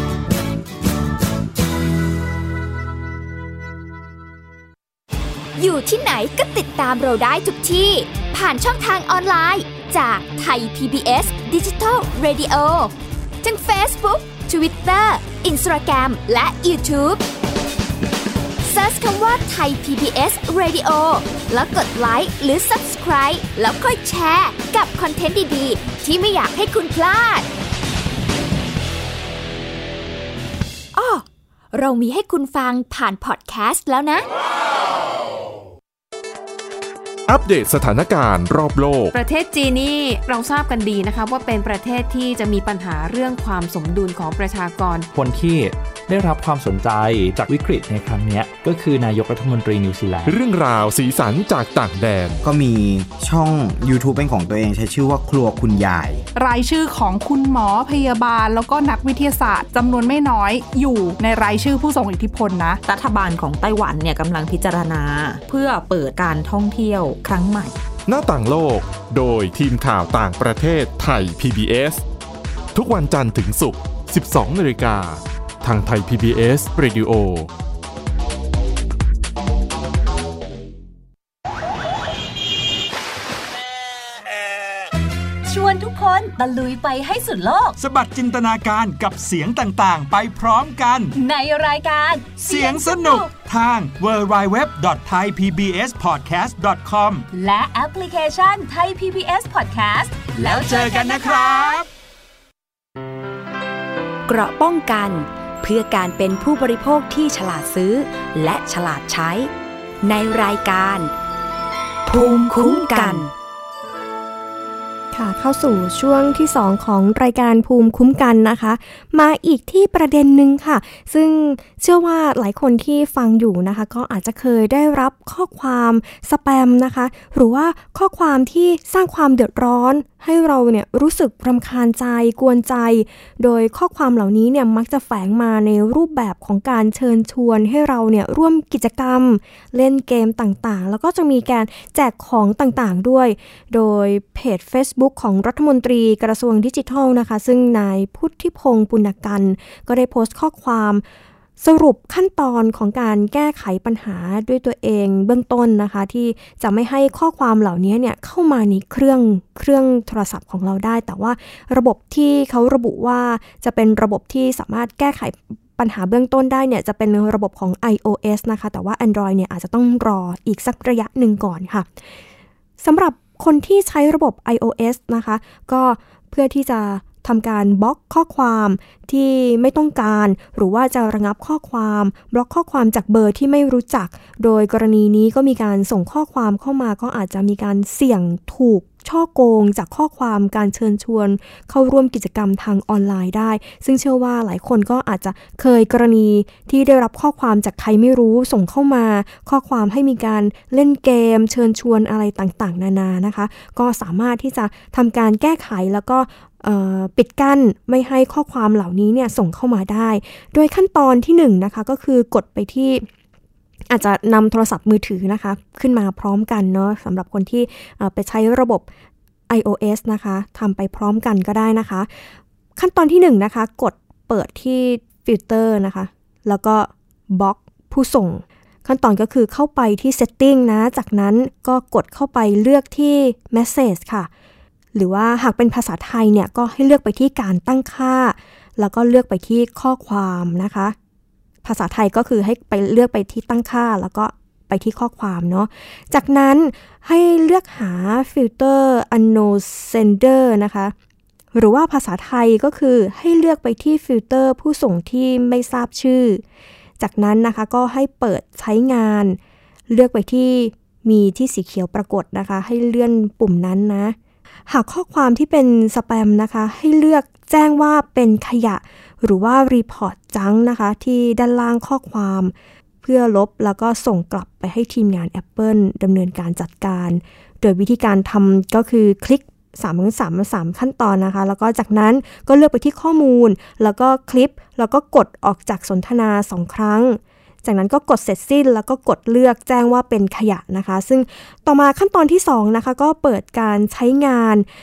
อยู่ที่ไหนก็ติดตามเราได้ทุกที่ผ่านช่องทางออนไลน์จากไทย พี บี เอส Digital Radio ทั้ง Facebook, Twitter, Instagram และ YouTubeเซิร์ชคำว่าไทย พี บี เอส Radio แล้วกดไลค์หรือ Subscribe แล้วค่อยแชร์กับคอนเทนต์ดีๆที่ไม่อยากให้คุณพลาดอ้อเรามีให้คุณฟังผ่านพอดแคสต์แล้วนะอัปเดตสถานการณ์รอบโลกประเทศจีนนี่เราทราบกันดีนะคะว่าเป็นประเทศที่จะมีปัญหาเรื่องความสมดุลของประชากรคนที่ได้รับความสนใจจากวิกฤตในครั้งนี้ก็คือนายกรัฐมนตรีนิวซีแลนด์เรื่องราวสีสันจากต่างแดนก็มีช่อง YouTube เป็นของตัวเองใช้ชื่อว่าครัวคุณยายรายชื่อของคุณหมอพยาบาลแล้วก็นักวิทยาศาสตร์จำนวนไม่น้อยอยู่ในรายชื่อผู้ทรงอิทธิพลนะรัฐบาลของไต้หวันเนี่ยกำลังพิจารณาเพื่อเปิดการท่องเที่ยวครั้งใหม่หน้าต่างโลกโดยทีมข่าวต่างประเทศไทย พี บี เอส ทุกวันจันทร์ถึงศุกร์ สิบสองนาฬิกาทางไทย พี บี เอส Radio ชวนทุกคนตะลุยไปให้สุดโลกสบัดจินตนาการกับเสียงต่างๆไปพร้อมกันในรายการเสียงสนุกทาง ดับเบิลยู ดับเบิลยู ดับเบิลยู ดอท ไทย พี บี เอส พอดแคสต์ ดอท คอมและแอปพลิเคชัน Thai พี บี เอส Podcast แล้วเจอกันนะครับเกราะป้องกันเพื่อการเป็นผู้บริโภคที่ฉลาดซื้อและฉลาดใช้ในรายการภูมิคุ้มกันค่ะเข้าสู่ช่วงที่สองของรายการภูมิคุ้มกันนะคะมาอีกที่ประเด็นหนึ่งค่ะซึ่งเชื่อว่าหลายคนที่ฟังอยู่นะคะก็อาจจะเคยได้รับข้อความสแปมนะคะหรือว่าข้อความที่สร้างความเดือดร้อนให้เราเนี่ยรู้สึกรำคาญใจกวนใจโดยข้อความเหล่านี้เนี่ยมักจะแฝงมาในรูปแบบของการเชิญชวนให้เราเนี่ยร่วมกิจกรรมเล่นเกมต่างๆแล้วก็จะมีการแจกของต่างๆด้วยโดยเพจ Facebook ของรัฐมนตรีกระทรวงดิจิทัลนะคะซึ่งนายพุทธิพงษ์ปุณกันก็ได้โพสต์ข้อความสรุปขั้นตอนของการแก้ไขปัญหาด้วยตัวเองเบื้องต้นนะคะที่จะไม่ให้ข้อความเหล่านี้เนี่ยเข้ามาในเครื่องเครื่องโทรศัพท์ของเราได้แต่ว่าระบบที่เขาระบุว่าจะเป็นระบบที่สามารถแก้ไขปัญหาเบื้องต้นได้เนี่ยจะเป็นระบบของ iOS นะคะแต่ว่า Android เนี่ยอาจจะต้องรออีกสักระยะหนึ่งก่อนค่ะสำหรับคนที่ใช้ระบบ iOS นะคะก็เพื่อที่จะทำการบล็อกข้อความที่ไม่ต้องการหรือว่าจะระงับข้อความบล็อกข้อความจากเบอร์ที่ไม่รู้จักโดยกรณีนี้ก็มีการส่งข้อความเข้ามาก็อาจจะมีการเสี่ยงถูกช่อโกงจากข้อความการเชิญชวนเข้าร่วมกิจกรรมทางออนไลน์ได้ซึ่งเชื่อว่าหลายคนก็อาจจะเคยกรณีที่ได้รับข้อความจากใครไม่รู้ส่งเข้ามาข้อความให้มีการเล่นเกมเชิญชวนอะไรต่างๆนานานะคะก็สามารถที่จะทำการแก้ไขแล้วก็ปิดกั้นไม่ให้ข้อความเหล่านี้เนี่ยส่งเข้ามาได้โดยขั้นตอนที่หนึ่งนะคะก็คือกดไปที่อาจจะนำโทรศัพท์มือถือนะคะขึ้นมาพร้อมกันเนาะสำหรับคนที่ไปใช้ระบบ iOS นะคะทำไปพร้อมกันก็ได้นะคะขั้นตอนที่หนึ่งนะคะกดเปิดที่ฟิลเตอร์นะคะแล้วก็บล็อกผู้ส่งขั้นตอนก็คือเข้าไปที่ setting นะจากนั้นก็กดเข้าไปเลือกที่ message ค่ะหรือว่าหากเป็นภาษาไทยเนี่ยก็ให้เลือกไปที่การตั้งค่าแล้วก็เลือกไปที่ข้อความนะคะภาษาไทยก็คือให้ไปเลือกไปที่ตั้งค่าแล้วก็ไปที่ข้อความเนาะจากนั้นให้เลือกหาฟิลเตอร์ unknown sender นะคะหรือว่าภาษาไทยก็คือให้เลือกไปที่ฟิลเตอร์ผู้ส่งที่ไม่ทราบชื่อจากนั้นนะคะก็ให้เปิดใช้งานเลือกไปที่มีที่สีเขียวปรากฏนะคะให้เลื่อนปุ่มนั้นนะหากข้อความที่เป็นสแปมนะคะให้เลือกแจ้งว่าเป็นขยะหรือว่ารีพอร์ตจังนะคะที่ด้านล่างข้อความเพื่อลบแล้วก็ส่งกลับไปให้ทีมงาน Apple ดำเนินการจัดการโดยวิธีการทำก็คือคลิกสามสาม สามขั้นตอนนะคะแล้วก็จากนั้นก็เลือกไปที่ข้อมูลแล้วก็คลิปแล้วก็กดออกจากสนทนาสองครั้งจากนั้นก็กดเสร็จสิ้นแล้วก็กดเลือกแจ้งว่าเป็นขยะนะคะซึ่งต่อมาขั้นตอนที่สองนะคะก็เปิดการใช้งาน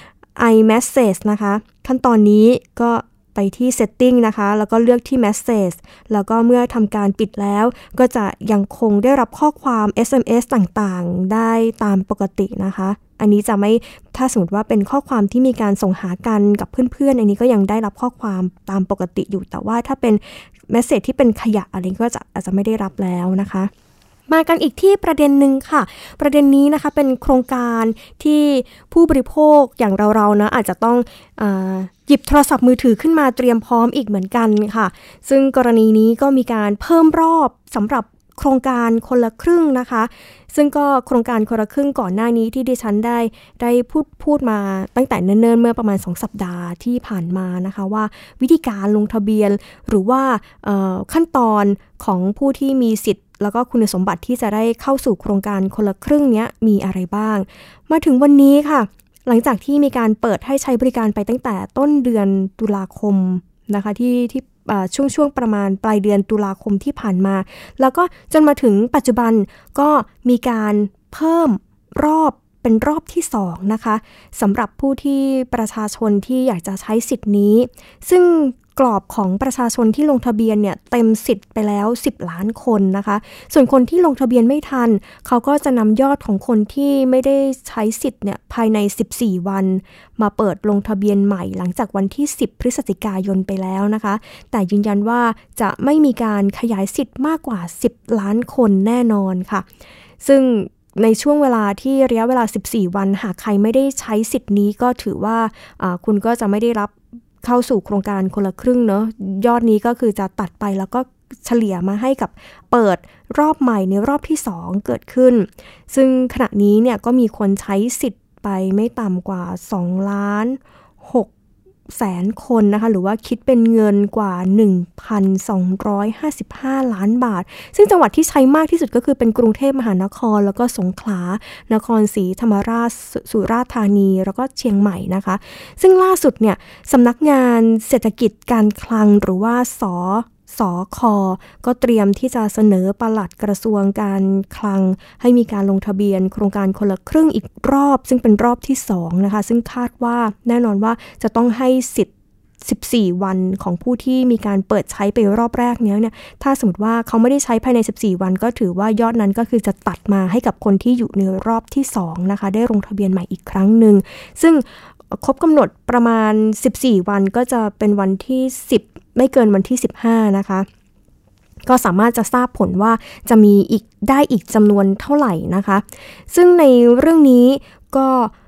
iMessage นะคะขั้นตอนนี้ก็ไปที่ setting นะคะแล้วก็เลือกที่ message แล้วก็เมื่อทำการปิดแล้วก็จะยังคงได้รับข้อความ เอส เอ็ม เอส ต่างๆได้ตามปกตินะคะอันนี้จะไม่ถ้าสมมติว่าเป็นข้อความที่มีการส่งหากันกับเพื่อนๆอันนี้ก็ยังได้รับข้อความตามปกติอยู่แต่ว่าถ้าเป็น message ที่เป็นขยะอะไรก็จะอาจจะไม่ได้รับแล้วนะคะมากันอีกที่ประเด็นหนึ่งค่ะประเด็นนี้นะคะเป็นโครงการที่ผู้บริโภคอย่างเราๆนะอาจจะต้องเอ่อหยิบโทรศัพท์มือถือขึ้นมาเตรียมพร้อมอีกเหมือนกันค่ะซึ่งกรณีนี้ก็มีการเพิ่มรอบสำหรับโครงการคนละครึ่งนะคะซึ่งก็โครงการคนละครึ่งก่อนหน้านี้ที่ดิฉันได้ได้พูดพูดมาตั้งแต่เนิ่นๆเมื่อประมาณสองสัปดาห์ที่ผ่านมานะคะว่าวิธีการลงทะเบียนหรือว่าขั้นตอนของผู้ที่มีสิทธิ์แล้วก็คุณสมบัติที่จะได้เข้าสู่โครงการคนละครึ่งนี้มีอะไรบ้างมาถึงวันนี้ค่ะหลังจากที่มีการเปิดให้ใช้บริการไปตั้งแต่ต้นเดือนตุลาคมนะคะที่ที่ช่วงช่วงประมาณปลายเดือนตุลาคมที่ผ่านมาแล้วก็จนมาถึงปัจจุบันก็มีการเพิ่มรอบเป็นรอบที่สองนะคะสำหรับผู้ที่ประชาชนที่อยากจะใช้สิทธินี้ซึ่งกรอบของประชาชนที่ลงทะเบียนเนี่ยเต็มสิทธิ์ไปแล้วสิบล้านคนนะคะส่วนคนที่ลงทะเบียนไม่ทันเขาก็จะนำยอดของคนที่ไม่ได้ใช้สิทธิ์เนี่ยภายในสิบสี่วันมาเปิดลงทะเบียนใหม่หลังจากวันที่สิบพฤศจิกายนไปแล้วนะคะแต่ยืนยันว่าจะไม่มีการขยายสิทธิ์มากกว่าสิบล้านคนแน่นอนค่ะซึ่งในช่วงเวลาที่ระยะเวลาสิบสี่วันหากใครไม่ได้ใช้สิทธิ์นี้ก็ถือว่าคุณก็จะไม่ได้รับเข้าสู่โครงการคนละครึ่งเนาะยอดนี้ก็คือจะตัดไปแล้วก็เฉลี่ยมาให้กับเปิดรอบใหม่ในรอบที่สองเกิดขึ้นซึ่งขณะนี้เนี่ยก็มีคนใช้สิทธิ์ไปไม่ต่ำกว่าสองล้านหกแสนคนนะคะหรือว่าคิดเป็นเงินกว่า หนึ่งพันสองร้อยห้าสิบห้า ล้านบาทซึ่งจังหวัดที่ใช้มากที่สุดก็คือเป็นกรุงเทพมหานครแล้วก็สงขลานครศรีธรรมราชสุราษฎร์ธานีแล้วก็เชียงใหม่นะคะซึ่งล่าสุดเนี่ยสำนักงานเศรษฐกิจการคลังหรือว่าสสค.ก็เตรียมที่จะเสนอปลัดกระทรวงการคลังให้มีการลงทะเบียนโครงการคนละครึ่งอีกรอบซึ่งเป็นรอบที่สองนะคะซึ่งคาดว่าแน่นอนว่าจะต้องให้สิทธิ์สิบสี่วันของผู้ที่มีการเปิดใช้ไปรอบแรกนี้เนี่ยถ้าสมมติว่าเขาไม่ได้ใช้ภายในสิบสี่วันก็ถือว่ายอดนั้นก็คือจะตัดมาให้กับคนที่อยู่ในรอบที่สองนะคะได้ลงทะเบียนใหม่อีกครั้งหนึ่งซึ่งครบกำหนดประมาณสิบสี่วันก็จะเป็นวันที่สิบไม่เกินวันที่สิบห้านะคะก็สามารถจะทราบผลว่าจะมีอีกได้อีกจำนวนเท่าไหร่นะคะซึ่งในเรื่องนี้ก็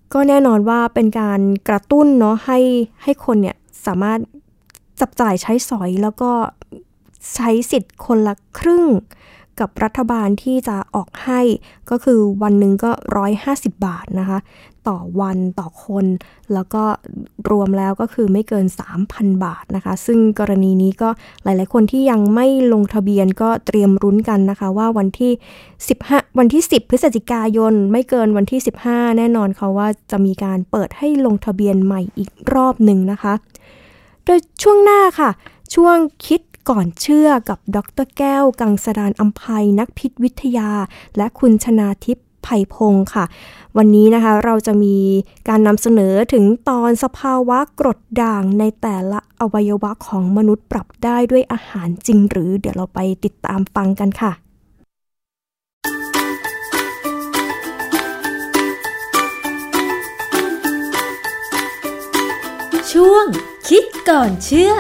ก็แน่นอนว่าเป็นการกระตุ้นเนาะให้ให้คนเนี่ยสามารถจับจ่ายใช้สอยแล้วก็ใช้สิทธิ์คนละครึ่งกับรัฐบาลที่จะออกให้ก็คือวันหนึ่งก็หนึ่งร้อยห้าสิบบาทนะคะต่อวันต่อคนแล้วก็รวมแล้วก็คือไม่เกิน สามพัน บาทนะคะซึ่งกรณีนี้ก็หลายๆคนที่ยังไม่ลงทะเบียนก็เตรียมรุ้นกันนะคะว่าวันที่สิบห้าวันที่สิบพฤศจิกายนไม่เกินวันที่สิบห้าแน่นอนเขาว่าจะมีการเปิดให้ลงทะเบียนใหม่อีกรอบหนึ่งนะคะโดยช่วงหน้าค่ะช่วงคิดก่อนเชื่อกับดร.แก้วกังสดาลอำไพนักพิษวิทยาและคุณชนาทิพย์ไผ่พงค์ค่ะวันนี้นะคะเราจะมีการนำเสนอถึงตอนสภาวะกรดด่างในแต่ละอวัยวะของมนุษย์ปรับได้ด้วยอาหารจริงหรือเดี๋ยวเราไปติดตามฟังกันค่ะช่วงคิดก่อนเชื่อ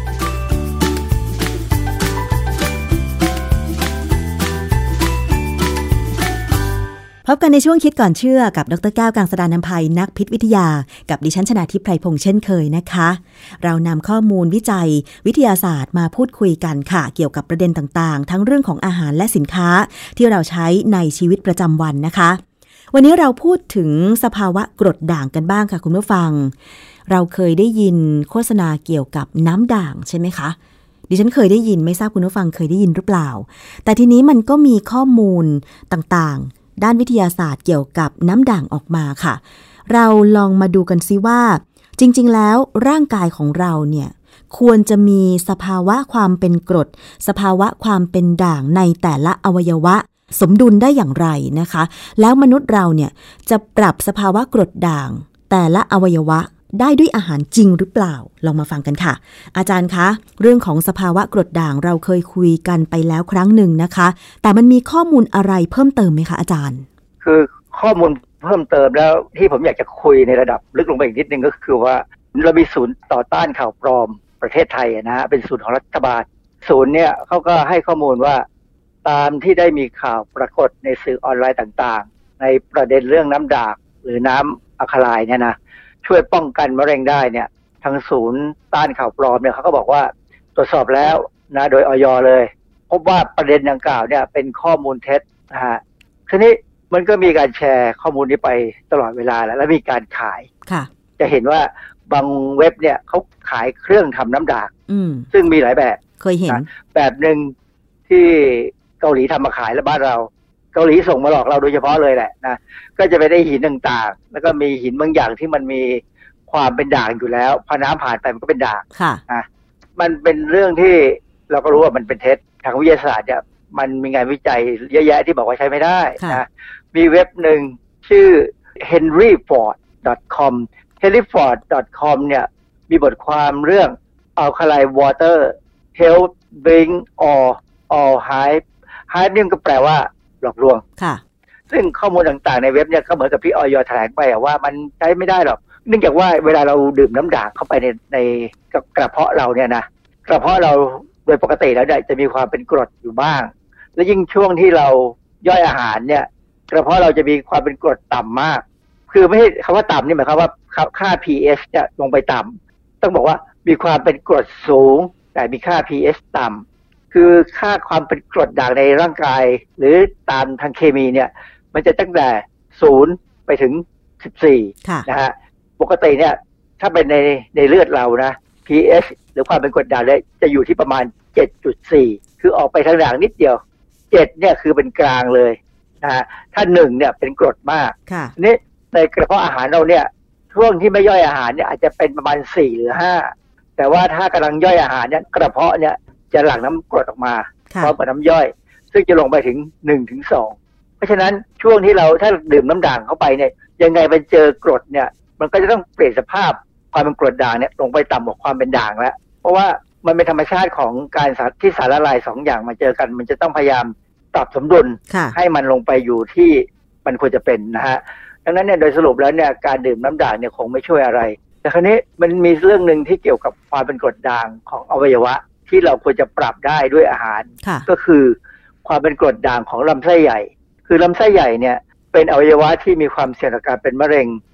พบกันในช่วงคิดก่อนเชื่อกับดร.แก้วกังสดาลอำไพนักพิษวิทยากับดิฉันชนาทิพย์ไพรพงษ์เช่นเคยนะคะเรานำข้อมูลวิจัยวิทยาศาสตร์มาพูดคุยกันค่ะเกี่ยวกับประเด็นต่างๆทั้งเรื่องของอาหารและสินค้าที่เราใช้ในชีวิตประจำวันนะคะวันนี้เราพูดถึงสภาวะกรดด่างกันบ้างค่ะคุณผู้ฟังเราเคยได้ยินโฆษณาเกี่ยวกับน้ำด่างใช่ไหมคะดิฉันเคยได้ยินไม่ทราบคุณผู้ฟังเคยได้ยินหรือเปล่าแต่ทีนี้มันก็มีข้อมูลต่างๆด้านวิทยาศาสตร์เกี่ยวกับน้ำด่างออกมาค่ะเราลองมาดูกันซิว่าจริงๆแล้วร่างกายของเราเนี่ยควรจะมีสภาวะความเป็นกรดสภาวะความเป็นด่างในแต่ละอวัยวะสมดุลได้อย่างไรนะคะแล้วมนุษย์เราเนี่ยจะปรับสภาวะกรดด่างแต่ละอวัยวะได้ด้วยอาหารจริงหรือเปล่าลองมาฟังกันค่ะอาจารย์คะเรื่องของสภาวะกรดด่างเราเคยคุยกันไปแล้วครั้งหนึ่งนะคะแต่มันมีข้อมูลอะไรเพิ่มเติมไหมคะอาจารย์คือข้อมูลเพิ่มเติมแล้วที่ผมอยากจะคุยในระดับลึกลงไปอีกนิดนึงก็คือว่าเรามีศูนย์ต่อต้านข่าวปลอมประเทศไทยนะฮะเป็นศูนย์ของรัฐบาลศูนย์เนี่ยเขาก็ให้ข้อมูลว่าตามที่ได้มีข่าวปรากฏในสื่อออนไลน์ต่างๆในประเด็นเรื่องน้ำด่างหรือน้ำอะคาไลน์เนี่ยนะช่วยป้องกันมะเร็งได้เนี่ยทางศูนย์ต้านข่าวปลอมเนี่ยเขาก็บอกว่าตรวจสอบแล้วนะโดยอย.เลยพบว่าประเด็นดังกล่าวเนี่ยเป็นข้อมูลเท็จนะฮะทีนี้มันก็มีการแชร์ข้อมูลนี้ไปตลอดเวลาแล้วและมีการขายค่ะจะเห็นว่าบางเว็บเนี่ยเขาขายเครื่องทำน้ำด่างซึ่งมีหลายแบบเคยเห็นแบบหนึ่งที่เกาหลีทำมาขายแล้วบ้านเราเกาหลีส่งมาหลอกเราโดยเฉพาะเลยแหละนะก็จะไปได้หินต่างๆแล้วก็มีหินบางอย่างที่มันมีความเป็นด่างอยู่แล้วพอน้ำผ่านไปมันก็เป็นด่างค่ะนะมันเป็นเรื่องที่เราก็รู้ว่ามันเป็นเท็จทางวิทยาศาสตร์เนี่ยมันมีงานวิจัยเยอะแยะที่บอกว่าใช้ไม่ได้นะมีเว็บหนึ่งชื่อ เฮนรี่ฟอร์ด ดอท คอม เฮนรี่ฟอร์ด ดอท คอม เนี่ยมีบทความเรื่อง Alkaline Water Help Bring All All Hype Hype นี่ก็แปลว่าหลอกลวงค่ะซึ่งข้อมูลต่างๆในเว็บเนี่ยก็เหมือนกับที่อย.แถลงไปว่ามันใช้ไม่ได้หรอกเนื่องจากว่าเวลาเราดื่มน้ำด่างเข้าไปในในกระเพาะเราเนี่ยนะกระเพาะเราโดยปกติแล้วเนี่ยจะมีความเป็นกรดอยู่บ้างและยิ่งช่วงที่เราย่อยอาหารเนี่ยกระเพาะเราจะมีความเป็นกรดต่ำมากคือไม่ใช่คำว่าต่ำนี่หมายความว่าค่า pH จะลงไปต่ำต้องบอกว่ามีความเป็นกรดสูงแต่มีค่า pH ต่ำคือค่าความเป็นกรดด่างในร่างกายหรือตามทางเคมีเนี่ยมันจะตั้งแต่ศูนย์ไปถึงสิบสี่นะฮะปกติเนี่ยถ้าเป็นในในเลือดเรานะ pH หรือความเป็นกรดด่างเนี่ยจะอยู่ที่ประมาณ เจ็ดจุดสี่ คือออกไปทางด่างนิดเดียวเจ็ดเนี่ยคือเป็นกลางเลยนะฮะถ้าหนึ่งเนี่ยเป็นกรดมากนี่ในกระเพาะอาหารเราเนี่ยช่วงที่ไม่ย่อยอาหารเนี่ยอาจจะเป็นประมาณสี่หรือห้าแต่ว่าถ้ากำลังย่อยอาหารเนี่ยกระเพาะเนี่ยจะหลั่งน้ำกรดออกมาพร้อมกับน้ำย่อยซึ่งจะลงไปถึง หนึ่งถึงสอง เพราะฉะนั้นช่วงที่เราถ้าดื่มน้ำด่างเข้าไปเนี่ยยังไงไปเจอกรดเนี่ยมันก็จะต้องเปลี่ยนสภาพความเป็นกรดด่างเนี่ยลงไปต่ำกว่าความเป็นด่างแล้วเพราะว่ามันเป็นธรรมชาติของการที่สารละลายสองอย่างมาเจอกันมันจะต้องพยายามปรับสมดุลให้มันลงไปอยู่ที่มันควรจะเป็นนะฮะดังนั้นเนี่ยโดยสรุปแล้วเนี่ยการดื่มน้ำด่างเนี่ยคงไม่ช่วยอะไรแต่คราวนี้มันมีเรื่องนึงที่เกี่ยวกับความเป็นกรดด่างของอวัยวะที่เราควรจะปรับได้ด้วยอาหารก็คือความเป็นกรดด่างของลำไส้ใหญ่คือลำไส้ใหญ่เนี่ยเป็นอวัยวะที่มีความเสี่ยงต่อการเป็นมะเร็งเพ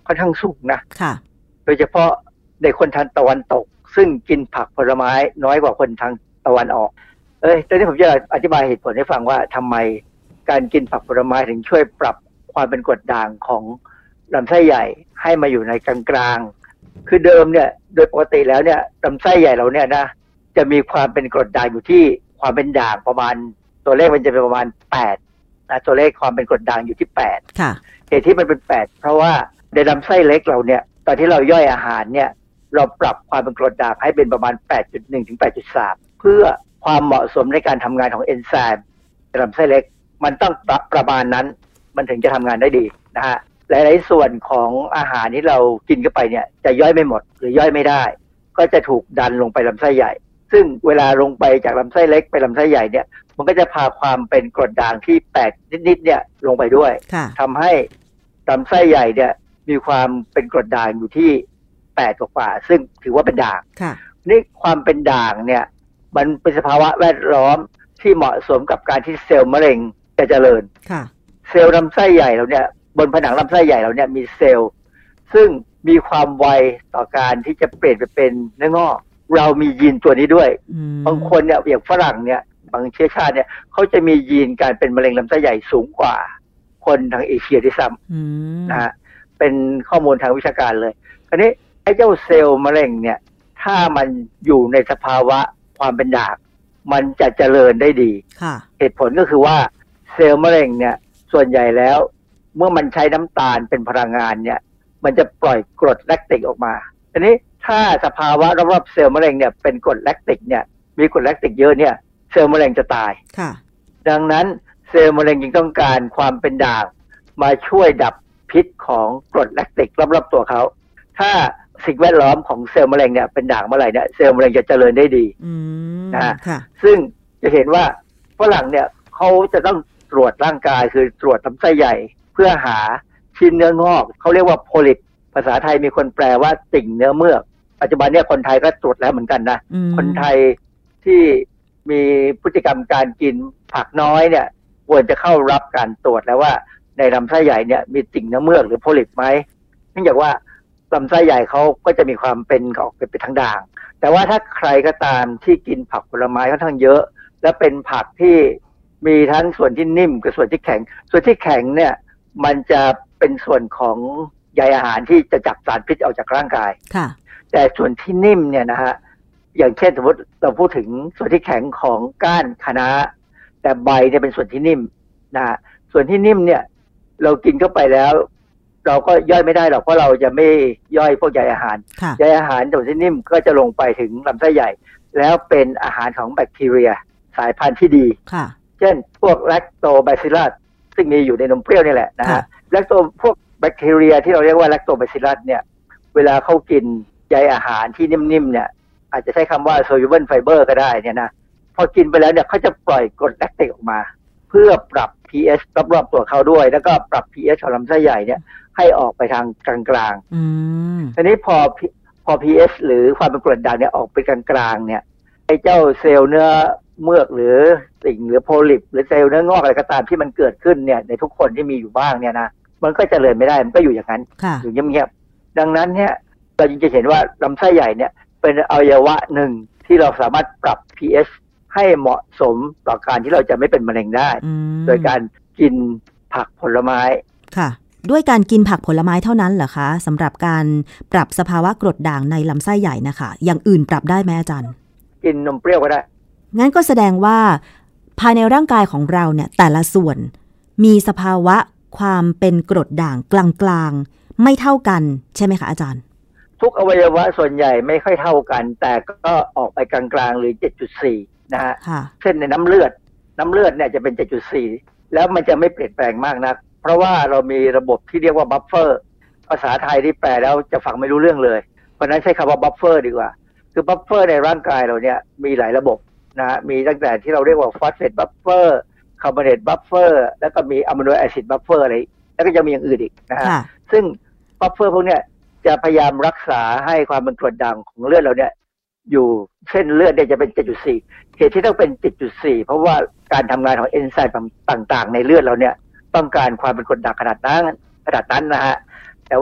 ค่อนข้างสูงนะค่ะโดยเฉพาะในคนทางตะวันตกซึ่งกินผักผลไม้น้อยกว่าคนทางตะวันออกเอ้ยตอนนี้ผมจะอธิบายเหตุผลให้ฟังว่าทำไมการกินผักผลไม้ถึงช่วยปรับความเป็นกรดด่างของลำไส้ใหญ่ให้มาอยู่ในกลางๆคือเดิมเนี่ยโดยปกติแล้วเนี่ยลำไส้ใหญ่เราเนี่ยนะจะมีความเป็นกรดด่างอยู่ที่ความเป็นด่างประมาณตัวเลขมันจะเป็นประมาณแปดนะตัวเลขความเป็นกรดด่างอยู่ที่แปดค่ะเหตุที่มันเป็นแปดเพราะว่าในลำไส้เล็กเราเนี่ยตอนที่เราย่อยอาหารเนี่ยเราปรับความเป็นกรดด่างให้เป็นประมาณ แปดจุดหนึ่ง ถึง แปดจุดสาม เพื่อความเหมาะสมในการทำงานของเอนไซม์ในลำไส้เล็กมันต้องปรับประมาณนั้นมันถึงจะทำงานได้ดีนะฮะหลายๆส่วนของอาหารที่เรากินเข้าไปเนี่ยจะย่อยไม่หมดหรือย่อยไม่ได้ก็จะถูกดันลงไปลำไส้ใหญ่ซึ่งเวลาลงไปจากลำไส้เล็กไปลำไส้ใหญ่เนี่ยมันก็จะพาความเป็นกรดด่างที่แปดนิดๆเนี่ยลงไปด้วยทำให้ลำไส้ใหญ่เนี่ยมีความเป็นกรดด่างอยู่ที่แปดกว่าซึ่งถือว่าเป็นด่างนี่ความเป็นด่างเนี่ยมันเป็นสภาวะแวดล้อมที่เหมาะสมกับการที่เซลล์มะเร็งจะเจริญเซลล์ลำไส้ใหญ่เราเนี่ยบนผนังลำไส้ใหญ่เราเนี่ยมีเซลล์ซึ่งมีความไวต่อการที่จะเปลี่ยนไปเป็นเนื้องอกเรามียีนตัวนี้ด้วยบางคนเนี่ยอย่างฝรั่งเนี่ยบางเชื้อชาติเนี่ยเขาจะมียีนการเป็นมะเร็งลำไส้ใหญ่สูงกว่าคนทางเอเชียที่ซ้ำนะฮะเป็นข้อมูลทางวิชาการเลยคราวนี้ไอ้เจ้าเซลล์มะเร็งเนี่ยถ้ามันอยู่ในสภาวะความเป็นด่างมันจะเจริญได้ดีเหตุผลก็คือว่าเซลล์มะเร็งเนี่ยส่วนใหญ่แล้วเมื่อมันใช้น้ำตาลเป็นพลังงานเนี่ยมันจะปล่อยกรดแลคติกออกมาทีนี้ถ้าสภาวะรอบๆเซลล์มะเร็งเนี่ยเป็นกรดแลคติกเนี่ยมีกรดแลคติกเยอะเนี่ยเซลล์มะเร็งจะตายดังนั้นเซลล์มะเร็งจึงต้องการความเป็นด่างมาช่วยดับพิษของกรดแลคติกรอบๆตัวเขาถ้าสิ่งแวดล้อมของเซลล์มะเร็งเนี่ยเป็นด่างเมื่อไหร่เนี่ยเซลล์มะเร็งจะเจริญได้ดีนะฮะซึ่งจะเห็นว่าฝรั่งเนี่ยเขาจะต้องตรวจร่างกายคือตรวจลำไส้ใหญ่เพื่อหาชิ้นเนื้องอกเขาเรียกว่าโพลิปภาษาไทยมีคนแปลว่าติ่งเนื้อเมือกปัจจุบันเนี่ยคนไทยก็ตรวจแล้วเหมือนกันนะคนไทยที่มีพฤติกรรมการกินผักน้อยเนี่ยควรจะเข้ารับการตรวจแล้วว่าในลำไส้ใหญ่เนี่ยมีติ่งเนื้อเมือกหรือโพลิปไหมเนื่องจากว่าลำไส้ใหญ่เขาก็จะมีความเป็นออกเป็นทางด่างแต่ว่าถ้าใครก็ตามที่กินผักผลไม้ค่อนข้างเยอะและเป็นผักที่มีทั้งส่วนที่นิ่มกับส่วนที่แข็งส่วนที่แข็งเนี่ยมันจะเป็นส่วนของใยอาหารที่จะจับสารพิษออกจากร่างกายแต่ส่วนที่นิ่มเนี่ยนะฮะอย่างเช่นสมมติเราพูดถึงส่วนที่แข็งของก้านคะน้าแต่ใบเนี่ยเป็นส่วนที่นิ่มนะฮะส่วนที่นิ่มเนี่ยเรากินเข้าไปแล้วเราก็ย่อยไม่ได้หรอกเพราะเราจะไม่ย่อยพวกใยอาหารใยอาหารส่วนที่นิ่มก็จะลงไปถึงลำไส้ใหญ่แล้วเป็นอาหารของแบคทีเรียสายพันธุ์ที่ดีเช่นพวกแลคโตแบซิลลัสซึ่งมีอยู่ในนมเปรี้ยวนี่แหละนะฮะแลคโตพวกแบคทีเรียที่เราเรียกว่าแลคโตแบซิลลัสเนี่ยเวลาเขากินใยอาหารที่นิ่มๆเนี่ยอาจจะใช้คำว่า soluble fiber ก็ได้เนี่ยนะพอกินไปแล้วเนี่ยเขาจะปล่อยกรดแลคติกออกมาเพื่อปรับ pH รอบๆตัวเขาด้วยแล้วก็ปรับ pH ของลำไส้ใหญ่เนี่ยให้ออกไปทางกลางๆทีนี้พอพอ pH หรือความเป็นกรดด่างเนี่ยออกไปกลางๆเนี่ยไอ้เจ้าเซลล์เนื้อเมือกหรือสิ่งหรือโพลิปหรือเซลล์เนื้องอกอะไรก็ตามที่มันเกิดขึ้นเนี่ยในทุกคนที่มีอยู่บ้างเนี่ยนะมันก็เจริญไม่ได้มันก็อยู่อย่างนั้นอยู่เงียบๆดังนั้นเนี่ยเราจึงจะเห็นว่าลำไส้ใหญ่เนี่ยเป็นอวัยวะหนึ่งที่เราสามารถปรับ pH ให้เหมาะสมต่อการที่เราจะไม่เป็นมะเร็งได้โดยการกินผักผลไม้ค่ะด้วยการกินผักผลไม้เท่านั้นเหรอคะสำหรับการปรับสภาวะกรดด่างในลำไส้ใหญ่นะคะอย่างอื่นปรับได้ไหมอาจารย์กินนมเปรี้ยวก็ได้งั้นก็แสดงว่าภายในร่างกายของเราเนี่ยแต่ละส่วนมีสภาวะความเป็นกรดด่างกลางๆไม่เท่ากันใช่ไหมคะอาจารย์ทุกอวัยวะส่วนใหญ่ไม่ค่อยเท่ากันแต่ก็ออกไปกลางๆหรือ เจ็ดจุดสี่ นะฮะเช่นในน้ำเลือดน้ำเลือดเนี่ยจะเป็น เจ็ดจุดสี่ แล้วมันจะไม่เปลี่ยนแปลงมากนักเพราะว่าเรามีระบบที่เรียกว่าบัฟเฟอร์ภาษาไทยที่แปลแล้วจะฟังไม่รู้เรื่องเลยเพราะนั้นใช้คำว่าบัฟเฟอร์ดีกว่าคือบัฟเฟอร์ในร่างกายเราเนี่ยมีหลายระบบนะฮะมีตั้งแต่ที่เราเรียกว่าฟอสเฟตบัฟเฟอร์คาร์บอเนตบัฟเฟอร์แล้วก็มีอะมิโนแอซิดบัฟเฟอร์อะไรแล้วก็จะมีอย่างอื่นอีกนะฮะซึ่งบัฟเฟอร์พวกเนี้ยจะพยายามรักษาให้ความเป็นกรดด่างของเลือดเราเนี่ยอยู่เช่นเลือดเนี่ยจะเป็น เจ็ดจุดสี่ เหตุที่ต้องเป็น เจ็ดจุดสี่ เพราะว่าการทำงานของเอนไซม์ต่างๆในเลือดเราเนี่ยต้องการความเป็นกรดด่างขนาดนั้นขนาดนั้นนะฮะแต่ว่า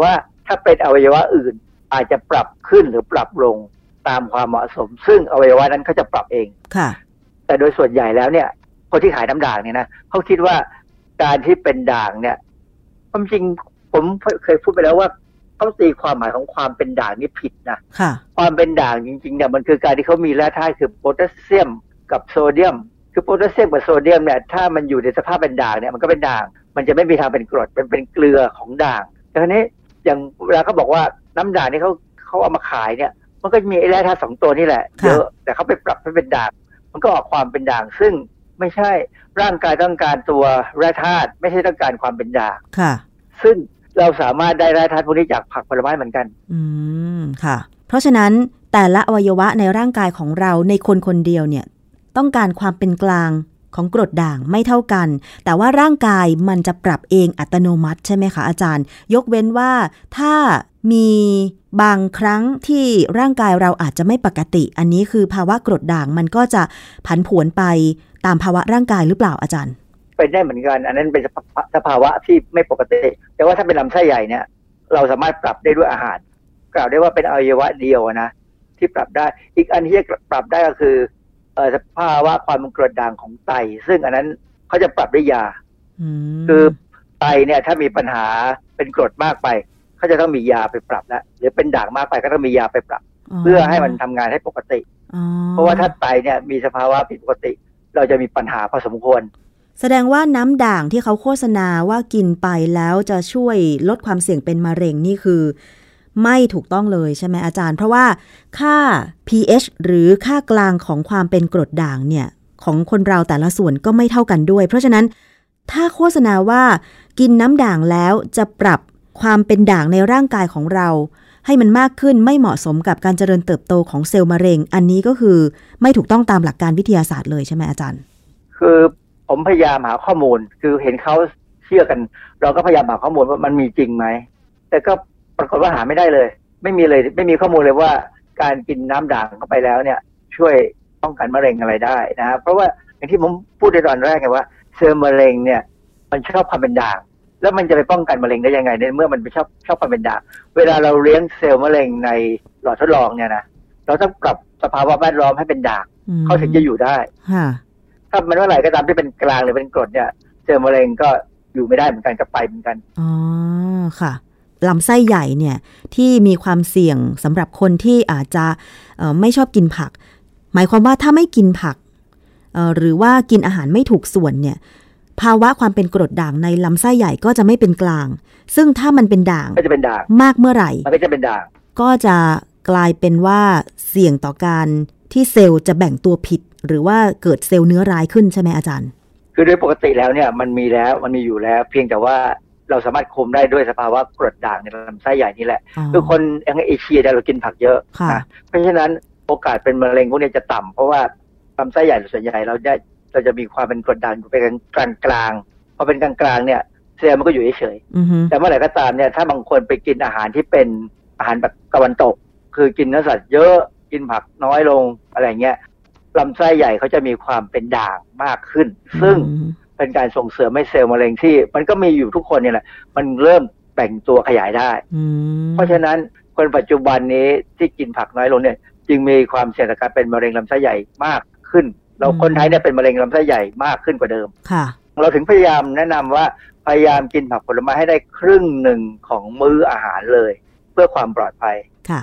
ถ้าเป็นอวัยวะอื่นอาจจะปรับขึ้นหรือปรับลงตามความเหมาะสมซึ่งอวัยวะนั้นเขาจะปรับเองค่ะแต่โดยส่วนใหญ่แล้วเนี่ยคนที่ขายน้ำด่างเนี่ยนะเขาคิดว่าการที่เป็นด่างเนี่ยความจริงผมเคยพูดไปแล้วว่าเขาตีความหมายของความเป็นด่างนี่ผิดนะความเป็นด่างจริงๆเนี่ยมันคือการที่เขามีแร่ธาตุคือโพแทสเซียมกับโซเดียมคือโพแทสเซียมกับโซเดียมเนี่ยถ้ามันอยู่ในสภาพเป็นด่างเนี่ยมันก็เป็นด่างมันจะไม่มีทางเป็นกรดเป็นเป็นเกลือของด่างแต่ทีนี้อย่างเวลาเขาบอกว่าน้ำด่างที่เขาเขาเอามาขายเนี่ยมันก็มีแร่ธาตุสองตัวนี่แหละเยอะแต่เขาไปปรับให้เป็นด่างมันก็ออกความเป็นด่างซึ่งไม่ใช่ร่างกายต้องการตัวแร่ธาตุไม่ใช่ต้องการความเป็นด่างค่ะซึ่งเราสามารถได้แร่ธาตุพวกนี้จากผักผลไม้เหมือนกันอืมค่ะเพราะฉะนั้นแต่ละอวัยวะในร่างกายของเราในคนคนเดียวเนี่ยต้องการความเป็นกลางของกรดด่างไม่เท่ากันแต่ว่าร่างกายมันจะปรับเองอัตโนมัติใช่ไหมคะอาจารย์ยกเว้นว่าถ้ามีบางครั้งที่ร่างกายเราอาจจะไม่ปกติอันนี้คือภาวะกรดด่างมันก็จะผันผวนไปตามภาวะร่างกายหรือเปล่าอาจารย์เป็นได้เหมือนกันอันนั้นเป็นสภาวะที่ไม่ปกติแต่ว่าถ้าเป็นลำไส้ใหญ่เนี่ยเราสามารถปรับได้ด้วยอาหารกล่าวได้ว่าเป็นอวัยวะเดียวนะที่ปรับได้อีกอันที่จะปรับได้ก็คือสภาวะความเป็นกรดด่างของไตซึ่งอันนั้นเขาจะปรับด้วยยาคือไตเนี่ยถ้ามีปัญหาเป็นกรดมากไปเขาจะต้องมียาไปปรับแล้วหรือเป็นด่างมากไปก็ต้องมียาไปปรับเพื่อให้มันทำงานให้ปกติเพราะว่าถ้าไตเนี่ยมีสภาวะผิดปกติเราจะมีปัญหาพอสมควรแสดงว่าน้ำด่างที่เขาโฆษณาว่ากินไปแล้วจะช่วยลดความเสี่ยงเป็นมะเร็งนี่คือไม่ถูกต้องเลยใช่ไหมอาจารย์เพราะว่าค่า pH หรือค่ากลางของความเป็นกรดด่างเนี่ยของคนเราแต่ละส่วนก็ไม่เท่ากันด้วยเพราะฉะนั้นถ้าโฆษณาว่ากินน้ำด่างแล้วจะปรับความเป็นด่างในร่างกายของเราให้มันมากขึ้นไม่เหมาะสมกับการเจริญเติบโตของเซลล์มะเร็งอันนี้ก็คือไม่ถูกต้องตามหลักการวิทยาศาสตร์เลยใช่ไหมอาจารย์คือผมพยายามหาข้อมูลคือเห็นเขาเชื่อกันเราก็พยายามหาข้อมูลว่ามันมีจริงไหมแต่ก็ปรากฏว่าหาไม่ได้เลยไม่มีเลยไม่มีข้อมูลเลยว่าการกินน้ำด่างเข้าไปแล้วเนี่ยช่วยป้องกันมะเร็งอะไรได้นะเพราะว่าอย่างที่ผมพูดในตอนแรกไงว่าเซลล์มะเร็งเนี่ยมันชอบความเป็นด่างแล้วมันจะไปป้องกันมะเร็งได้ยังไงในเมื่อมันไปชอบชอบความเป็นด่างเวลาเราเลี้ยงเซลล์มะเร็งในหลอดทดลองเนี่ยนะเราต้องปรับสภาวะแวดล้อมให้เป็นด่างเขาถึงจะอยู่ได้ถ้ามันเมื่อไหร่ก็ตามที่เป็นกลางหรือเป็นกรดเนี่ยเซลล์มะเร็งก็อยู่ไม่ได้เหมือนกันกับไปเหมือนกันอ๋อค่ะลำไส้ใหญ่เนี่ยที่มีความเสี่ยงสำหรับคนที่อาจจะไม่ชอบกินผักหมายความว่าถ้าไม่กินผักหรือว่ากินอาหารไม่ถูกส่วนเนี่ยภาวะความเป็นกรดด่างในลำไส้ใหญ่ก็จะไม่เป็นกลางซึ่งถ้ามันเป็นด่างก็จะเป็นด่างมากเมื่อไหร่มันก็จะเป็นด่างก็จะกลายเป็นว่าเสี่ยงต่อการที่เซลล์จะแบ่งตัวผิดหรือว่าเกิดเซลล์เนื้อร้ายขึ้นใช่ไหมอาจารย์คือโดยปกติแล้วเนี่ยมันมีแล้วมันมีอยู่แล้วเพียงแต่ว่าเราสามารถคุมได้ด้วยสภาวะกรดด่างในลำไส้ใหญ่นี่แหละคือคนอย่างเอเชียเรากินผักเยอะนะเพราะฉะนั้นโอกาสเป็นมะเร็งพวกนี้จะต่ำเพราะว่าลำไส้ใหญ่ส่วนใหญ่เราได้เราจะมีความเป็นกรดด่างอยู่เป็นกลางกลางพอเป็นกลางกลางเนี่ยเซลล์มันก็อยู่เฉยๆแต่เมื่อไหร่ก็ตามเนี่ยถ้าบางคนไปกินอาหารที่เป็นอาหารแบบตะวันตกคือกินเนื้อสัตว์เยอะกินผักน้อยลงอะไรเงี้ยลำไส้ใหญ่เขาจะมีความเป็นด่างมากขึ้นซึ่งเป็นการส่งเสริมให้เซลล์มะเร็งที่มันก็มีอยู่ทุกคนเนี่ยแหละมันเริ่มแบ่งตัวขยายได้เพราะฉะนั้นคนปัจจุบันนี้ที่กินผักน้อยลงเนี่ยจึงมีความเสี่ยงต่อการเป็นมะเร็งลำไส้ใหญ่มากขึ้นเราคนไทยเนี่ยเป็นมะเร็งลำไส้ใหญ่มากขึ้นกว่าเดิมเราถึงพยายามแนะนำว่าพยายามกินผักผลไม้ให้ได้ครึ่งหนึ่งของมื้ออาหารเลยเพื่อความปลอดภัยค่ะ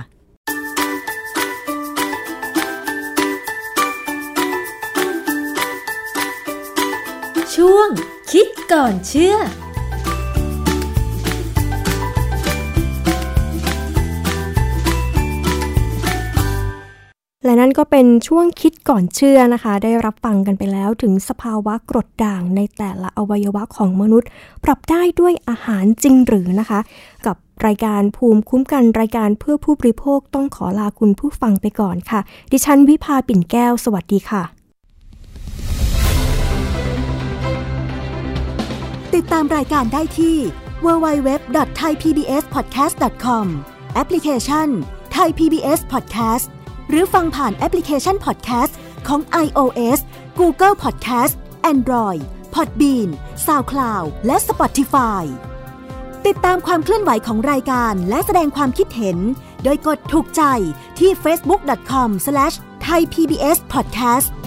ช่วงคิดก่อนเชื่อและนั่นก็เป็นช่วงคิดก่อนเชื่อนะคะได้รับฟังกันไปแล้วถึงสภาวะกรดด่างในแต่ละอวัยวะของมนุษย์ปรับได้ด้วยอาหารจริงหรือนะคะกับรายการภูมิคุ้มกันรายการเพื่อผู้บริโภคต้องขอลาคุณผู้ฟังไปก่อนค่ะดิฉันวิภาปิ่นแก้วสวัสดีค่ะติดตามรายการได้ที่ ดับเบิลยู ดับเบิลยู ดับเบิลยู ดอท ไทย พี บี เอส พอดแคสต์ ดอท คอม แอปพลิเคชัน Thai พี บี เอส Podcast หรือฟังผ่านแอปพลิเคชัน Podcast ของ iOS Google Podcast Android Podbean SoundCloud และ Spotify ติดตามความเคลื่อนไหวของรายการและแสดงความคิดเห็นโดยกดถูกใจที่ เฟซบุ๊ก ดอท คอม สแลช ไทย พี บี เอส พอดแคสต์